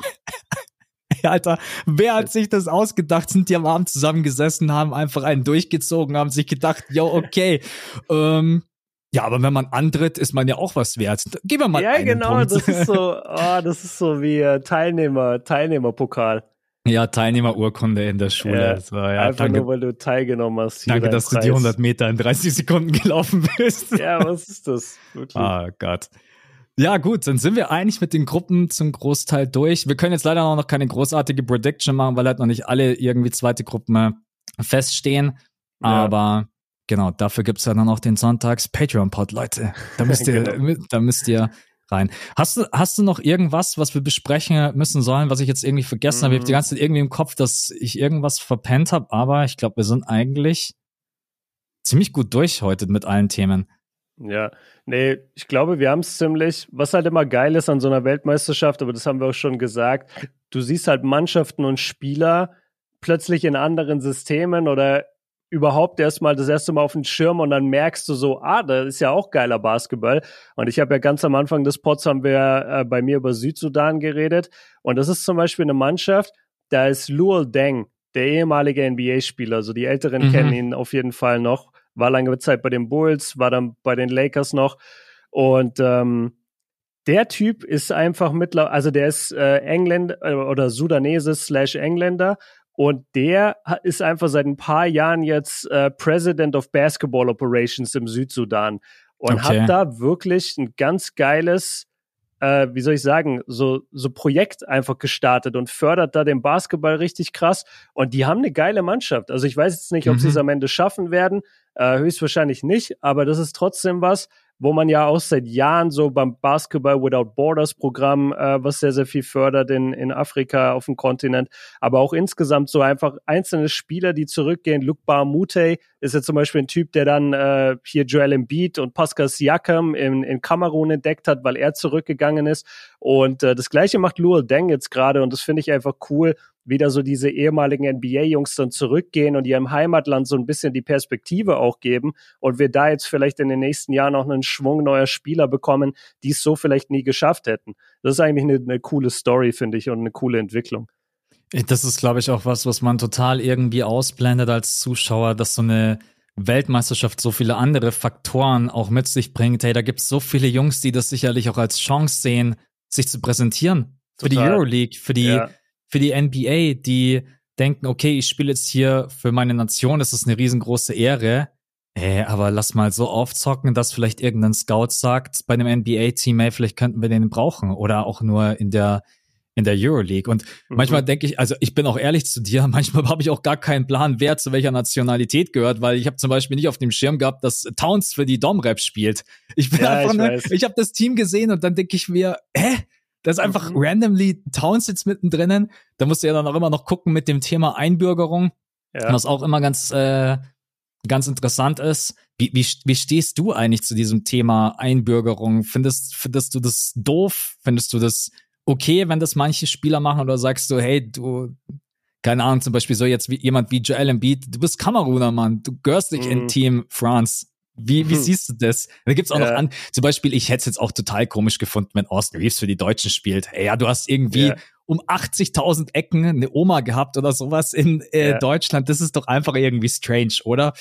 Alter, wer hat sich das ausgedacht? Sind die am Abend zusammengesessen, haben einfach einen durchgezogen, haben sich gedacht, yo, okay, ähm, ja, aber wenn man antritt, ist man ja auch was wert. Geben wir mal
ja,
einen
genau,
Punkt.
das ist so, oh, das ist so wie äh, Teilnehmer, Teilnehmerpokal.
Ja, Teilnehmerurkunde in der Schule.
Ja,
also, ja,
einfach
danke,
nur, weil du teilgenommen hast.
Danke, dass
Preis.
du die hundert Meter in dreißig Sekunden gelaufen bist.
Ja, was ist das? Wirklich?
Ah, Gott. Ja, gut, dann sind wir eigentlich mit den Gruppen zum Großteil durch. Wir können jetzt leider noch keine großartige Prediction machen, weil halt noch nicht alle irgendwie zweite Gruppen feststehen. Ja. Aber genau, dafür gibt's ja dann noch den Sonntags-Patreon-Pod, Leute. Da müsst ihr, genau. da müsst ihr rein. Hast du, hast du noch irgendwas, was wir besprechen müssen sollen, was ich jetzt irgendwie vergessen mm. habe? Ich habe die ganze Zeit irgendwie im Kopf, dass ich irgendwas verpennt habe, aber ich glaube, wir sind eigentlich ziemlich gut durch heute mit allen Themen.
Ja, nee, ich glaube, wir haben es ziemlich, was halt immer geil ist an so einer Weltmeisterschaft, aber das haben wir auch schon gesagt, du siehst halt Mannschaften und Spieler plötzlich in anderen Systemen oder überhaupt erstmal das erste Mal auf den Schirm und dann merkst du so, ah, da ist ja auch geiler Basketball. Und ich habe ja ganz am Anfang des Pods haben wir äh, bei mir über Südsudan geredet und das ist zum Beispiel eine Mannschaft, da ist Luol Deng, der ehemalige N B A-Spieler, also die Älteren mhm. kennen ihn auf jeden Fall noch, war lange Zeit bei den Bulls, war dann bei den Lakers noch und ähm, der Typ ist einfach mittlerweile, also der ist äh, Engländer äh, oder Sudanese slash Engländer und der ist einfach seit ein paar Jahren jetzt äh, President of Basketball Operations im Südsudan und okay. hat da wirklich ein ganz geiles, äh, wie soll ich sagen, so, so Projekt einfach gestartet und fördert da den Basketball richtig krass und die haben eine geile Mannschaft. Also ich weiß jetzt nicht, ob mhm. sie es am Ende schaffen werden, äh, höchstwahrscheinlich nicht, aber das ist trotzdem was, wo man ja auch seit Jahren so beim Basketball Without Borders Programm, äh, was sehr, sehr viel fördert in, in Afrika, auf dem Kontinent, aber auch insgesamt so einfach einzelne Spieler, die zurückgehen. Luc Mbah a Moute ist ja zum Beispiel ein Typ, der dann äh, hier Joel Embiid und Pascal Siakam in, in Kamerun entdeckt hat, weil er zurückgegangen ist und äh, das Gleiche macht Luol Deng jetzt gerade und das finde ich einfach cool, wie da so diese ehemaligen N B A-Jungs dann zurückgehen und ihrem Heimatland so ein bisschen die Perspektive auch geben und wir da jetzt vielleicht in den nächsten Jahren auch einen Schwung neuer Spieler bekommen, die es so vielleicht nie geschafft hätten. Das ist eigentlich eine, eine coole Story, finde ich, und eine coole Entwicklung.
Das ist, glaube ich, auch was, was man total irgendwie ausblendet als Zuschauer, dass so eine Weltmeisterschaft so viele andere Faktoren auch mit sich bringt. Hey, da gibt's so viele Jungs, die das sicherlich auch als Chance sehen, sich zu präsentieren. Total. Für die Euroleague, für die, ja. für die N B A, die denken, okay, ich spiele jetzt hier für meine Nation, das ist eine riesengroße Ehre. Hey, aber lass mal so aufzocken, dass vielleicht irgendein Scout sagt bei einem N B A-Team, hey, vielleicht könnten wir den brauchen. Oder auch nur in der in der Euroleague. Und mhm. manchmal denke ich, also ich bin auch ehrlich zu dir, manchmal habe ich auch gar keinen Plan, wer zu welcher Nationalität gehört, weil ich habe zum Beispiel nicht auf dem Schirm gehabt, dass Towns für die Dom-Rap spielt. Ich bin ja, einfach, ich, ne, ich habe das Team gesehen und dann denke ich mir, hä? Da ist einfach mhm. randomly Towns jetzt mittendrin. Da musst du ja dann auch immer noch gucken mit dem Thema Einbürgerung, ja. was auch immer ganz äh, ganz interessant ist. Wie, wie, wie stehst du eigentlich zu diesem Thema Einbürgerung? Findest, findest du das doof? Findest du das okay, wenn das manche Spieler machen, oder sagst du, hey, du, keine Ahnung, zum Beispiel so jetzt wie jemand wie Joel Embiid, du bist Kameruner, Mann, du gehörst nicht mhm. in Team France. Wie, wie mhm. siehst du das? Da gibt's auch ja. noch an, zum Beispiel, ich hätte es jetzt auch total komisch gefunden, wenn Austin Reeves für die Deutschen spielt. Hey, ja, du hast irgendwie ja. um achtzigtausend Ecken eine Oma gehabt oder sowas in äh, ja. Deutschland. Das ist doch einfach irgendwie strange, oder?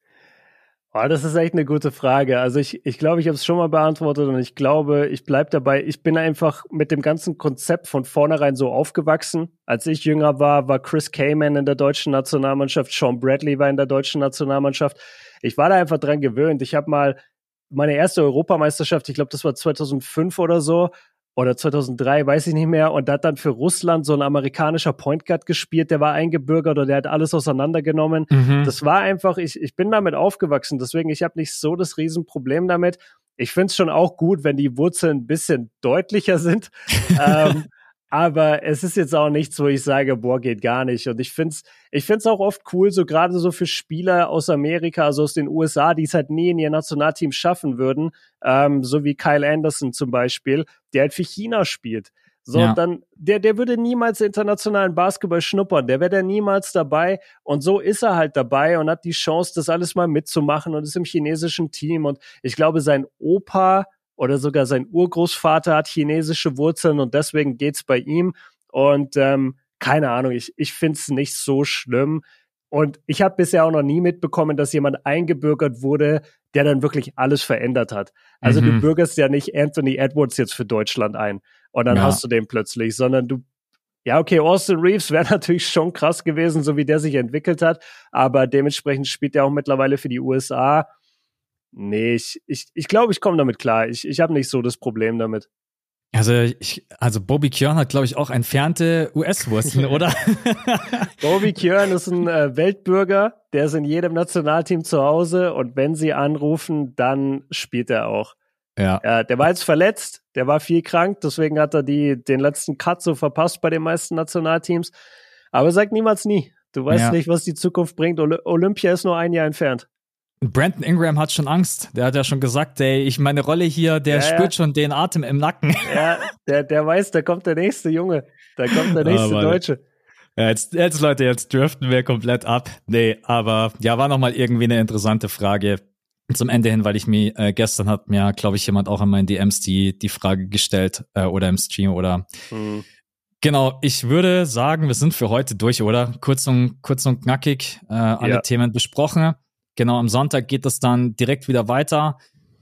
Oh, das ist echt eine gute Frage. Also ich ich glaube, ich habe es schon mal beantwortet und ich glaube, ich bleib dabei. Ich bin einfach mit dem ganzen Konzept von vornherein so aufgewachsen. Als ich jünger war, war Chris Kaman in der deutschen Nationalmannschaft, Sean Bradley war in der deutschen Nationalmannschaft. Ich war da einfach dran gewöhnt. Ich habe mal meine erste Europameisterschaft, ich glaube, das war zweitausendfünf oder so, oder zweitausenddrei, weiß ich nicht mehr, und da hat dann für Russland so ein amerikanischer Point Guard gespielt, der war eingebürgert oder der hat alles auseinandergenommen. Mhm. Das war einfach, ich, ich bin damit aufgewachsen, deswegen, ich habe nicht so das Riesenproblem damit. Ich finde es schon auch gut, wenn die Wurzeln ein bisschen deutlicher sind, ähm, aber es ist jetzt auch nichts, wo ich sage, boah, geht gar nicht. Und ich finde es ich find's auch oft cool, so gerade so für Spieler aus Amerika, also aus den U S A, die es halt nie in ihr Nationalteam schaffen würden, ähm, so wie Kyle Anderson zum Beispiel, der halt für China spielt. So, ja. dann, der, der würde niemals internationalen Basketball schnuppern, der wäre da niemals dabei, und so ist er halt dabei und hat die Chance, das alles mal mitzumachen und ist im chinesischen Team, und ich glaube, sein Opa oder sogar sein Urgroßvater hat chinesische Wurzeln und deswegen geht's bei ihm. Und ähm, keine Ahnung, ich, ich find's nicht so schlimm. Und ich habe bisher auch noch nie mitbekommen, dass jemand eingebürgert wurde, der dann wirklich alles verändert hat. Also mhm. du bürgerst ja nicht Anthony Edwards jetzt für Deutschland ein und dann ja. hast du den plötzlich, sondern du, ja okay, Austin Reeves wäre natürlich schon krass gewesen, so wie der sich entwickelt hat, aber dementsprechend spielt er auch mittlerweile für die U S A. Nee, ich ich, ich glaube, ich komme damit klar. Ich, ich habe nicht so das Problem damit.
Also ich, also Bobby Kjörn hat, glaube ich, auch entfernte U S-Wurzeln, oder?
Bobby Kjörn ist ein äh, Weltbürger, der ist in jedem Nationalteam zu Hause, und wenn sie anrufen, dann spielt er auch. Ja. ja. Der war jetzt verletzt, der war viel krank, deswegen hat er die den letzten Cut so verpasst bei den meisten Nationalteams. Aber sag niemals nie. Du weißt ja. nicht, was die Zukunft bringt. Oly- Olympia ist nur ein Jahr entfernt.
Brandon Ingram hat schon Angst. Der hat ja schon gesagt, ey, ich meine Rolle hier, der ja, spürt ja. schon den Atem im Nacken.
Ja, der, der weiß, da kommt der nächste Junge. Da kommt der nächste oh, Deutsche.
Ja, jetzt, jetzt, Leute, jetzt driften wir komplett ab. Nee, aber ja, war nochmal irgendwie eine interessante Frage zum Ende hin, weil ich mir, äh, gestern hat mir, glaube ich, jemand auch in meinen D Ms die, die Frage gestellt, äh, oder im Stream, oder hm. Genau, ich würde sagen, wir sind für heute durch, oder? Kurz und, kurz und knackig, äh, alle ja. Themen besprochen. Genau, am Sonntag geht es dann direkt wieder weiter.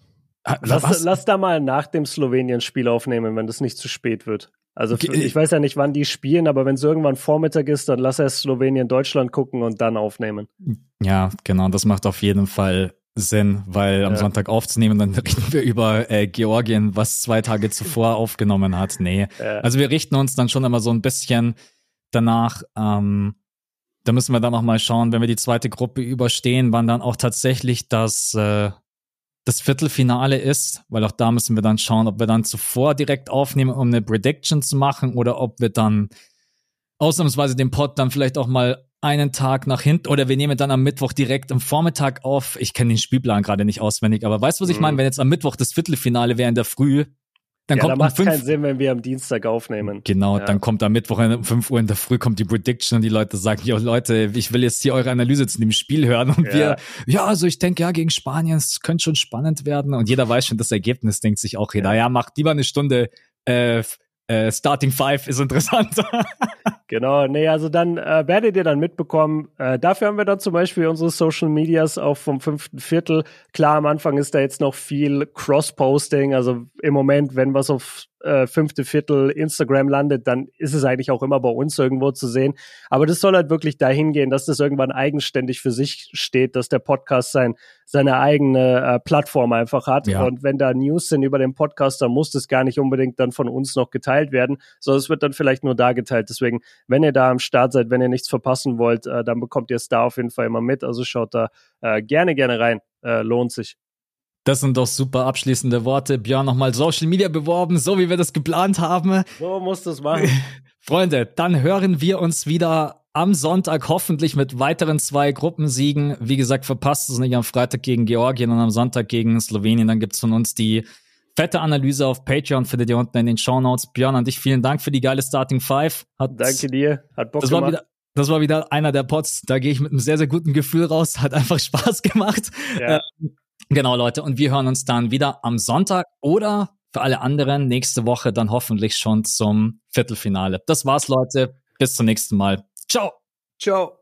Lass, lass da mal nach dem Slowenien-Spiel aufnehmen, wenn das nicht zu spät wird. Also für, ich weiß ja nicht, wann die spielen, aber wenn es irgendwann Vormittag ist, dann lass erst Slowenien-Deutschland gucken und dann aufnehmen.
Ja, genau, das macht auf jeden Fall Sinn, weil am ja. Sonntag aufzunehmen, dann reden wir über äh, Georgien, was zwei Tage zuvor aufgenommen hat. Nee, ja. also wir richten uns dann schon immer so ein bisschen danach, ähm, da müssen wir dann noch mal schauen, wenn wir die zweite Gruppe überstehen, wann dann auch tatsächlich das, äh, das Viertelfinale ist, weil auch da müssen wir dann schauen, ob wir dann zuvor direkt aufnehmen, um eine Prediction zu machen, oder ob wir dann ausnahmsweise den Pod dann vielleicht auch mal einen Tag nach hinten, oder wir nehmen dann am Mittwoch direkt am Vormittag auf. Ich kenne den Spielplan gerade nicht auswendig, aber weißt du, was ich mhm. meine? Wenn jetzt am Mittwoch das Viertelfinale wäre in der Früh, dann ja, kommt
da macht
um fünf
keinen Sinn, wenn wir am Dienstag aufnehmen.
Genau,
ja.
dann kommt am Mittwoch um fünf Uhr in der Früh kommt die Prediction und die Leute sagen, ja Leute, ich will jetzt hier eure Analyse zu dem Spiel hören, und ja. wir, ja, also ich denke, ja, gegen Spanien, es könnte schon spannend werden, und jeder weiß schon das Ergebnis, denkt sich auch jeder, ja, ja macht lieber eine Stunde, äh, äh, Starting Five ist interessanter.
Genau, nee, also dann äh, werdet ihr dann mitbekommen. Äh, dafür haben wir dann zum Beispiel unsere Social Medias auch vom fünften Viertel. Klar, am Anfang ist da jetzt noch viel Cross-Posting. Also im Moment, wenn was auf äh, fünfte Viertel Instagram landet, dann ist es eigentlich auch immer bei uns irgendwo zu sehen. Aber das soll halt wirklich dahin gehen, dass das irgendwann eigenständig für sich steht, dass der Podcast sein seine eigene äh, Plattform einfach hat. Ja. Und wenn da News sind über den Podcast, dann muss das gar nicht unbedingt dann von uns noch geteilt werden, sondern es wird dann vielleicht nur da geteilt. Deswegen, wenn ihr da am Start seid, wenn ihr nichts verpassen wollt, äh, dann bekommt ihr es da auf jeden Fall immer mit. Also schaut da äh, gerne, gerne rein. Äh, lohnt sich.
Das sind doch super abschließende Worte. Björn, nochmal Social Media beworben, so wie wir das geplant haben.
So musst du es machen.
Freunde, dann hören wir uns wieder am Sonntag, hoffentlich mit weiteren zwei Gruppensiegen. Wie gesagt, verpasst es nicht, am Freitag gegen Georgien und am Sonntag gegen Slowenien. Dann gibt's von uns die fette Analyse auf Patreon, findet ihr unten in den Shownotes. Björn, an dich vielen Dank für die geile Starting Five.
Hat, Danke dir, hat Bock
das
gemacht.
War wieder, das war wieder einer der Pods, da gehe ich mit einem sehr, sehr guten Gefühl raus. Hat einfach Spaß gemacht. Ja. Ähm, genau, Leute, und wir hören uns dann wieder am Sonntag oder für alle anderen nächste Woche dann hoffentlich schon zum Viertelfinale. Das war's, Leute. Bis zum nächsten Mal. Ciao.
Ciao.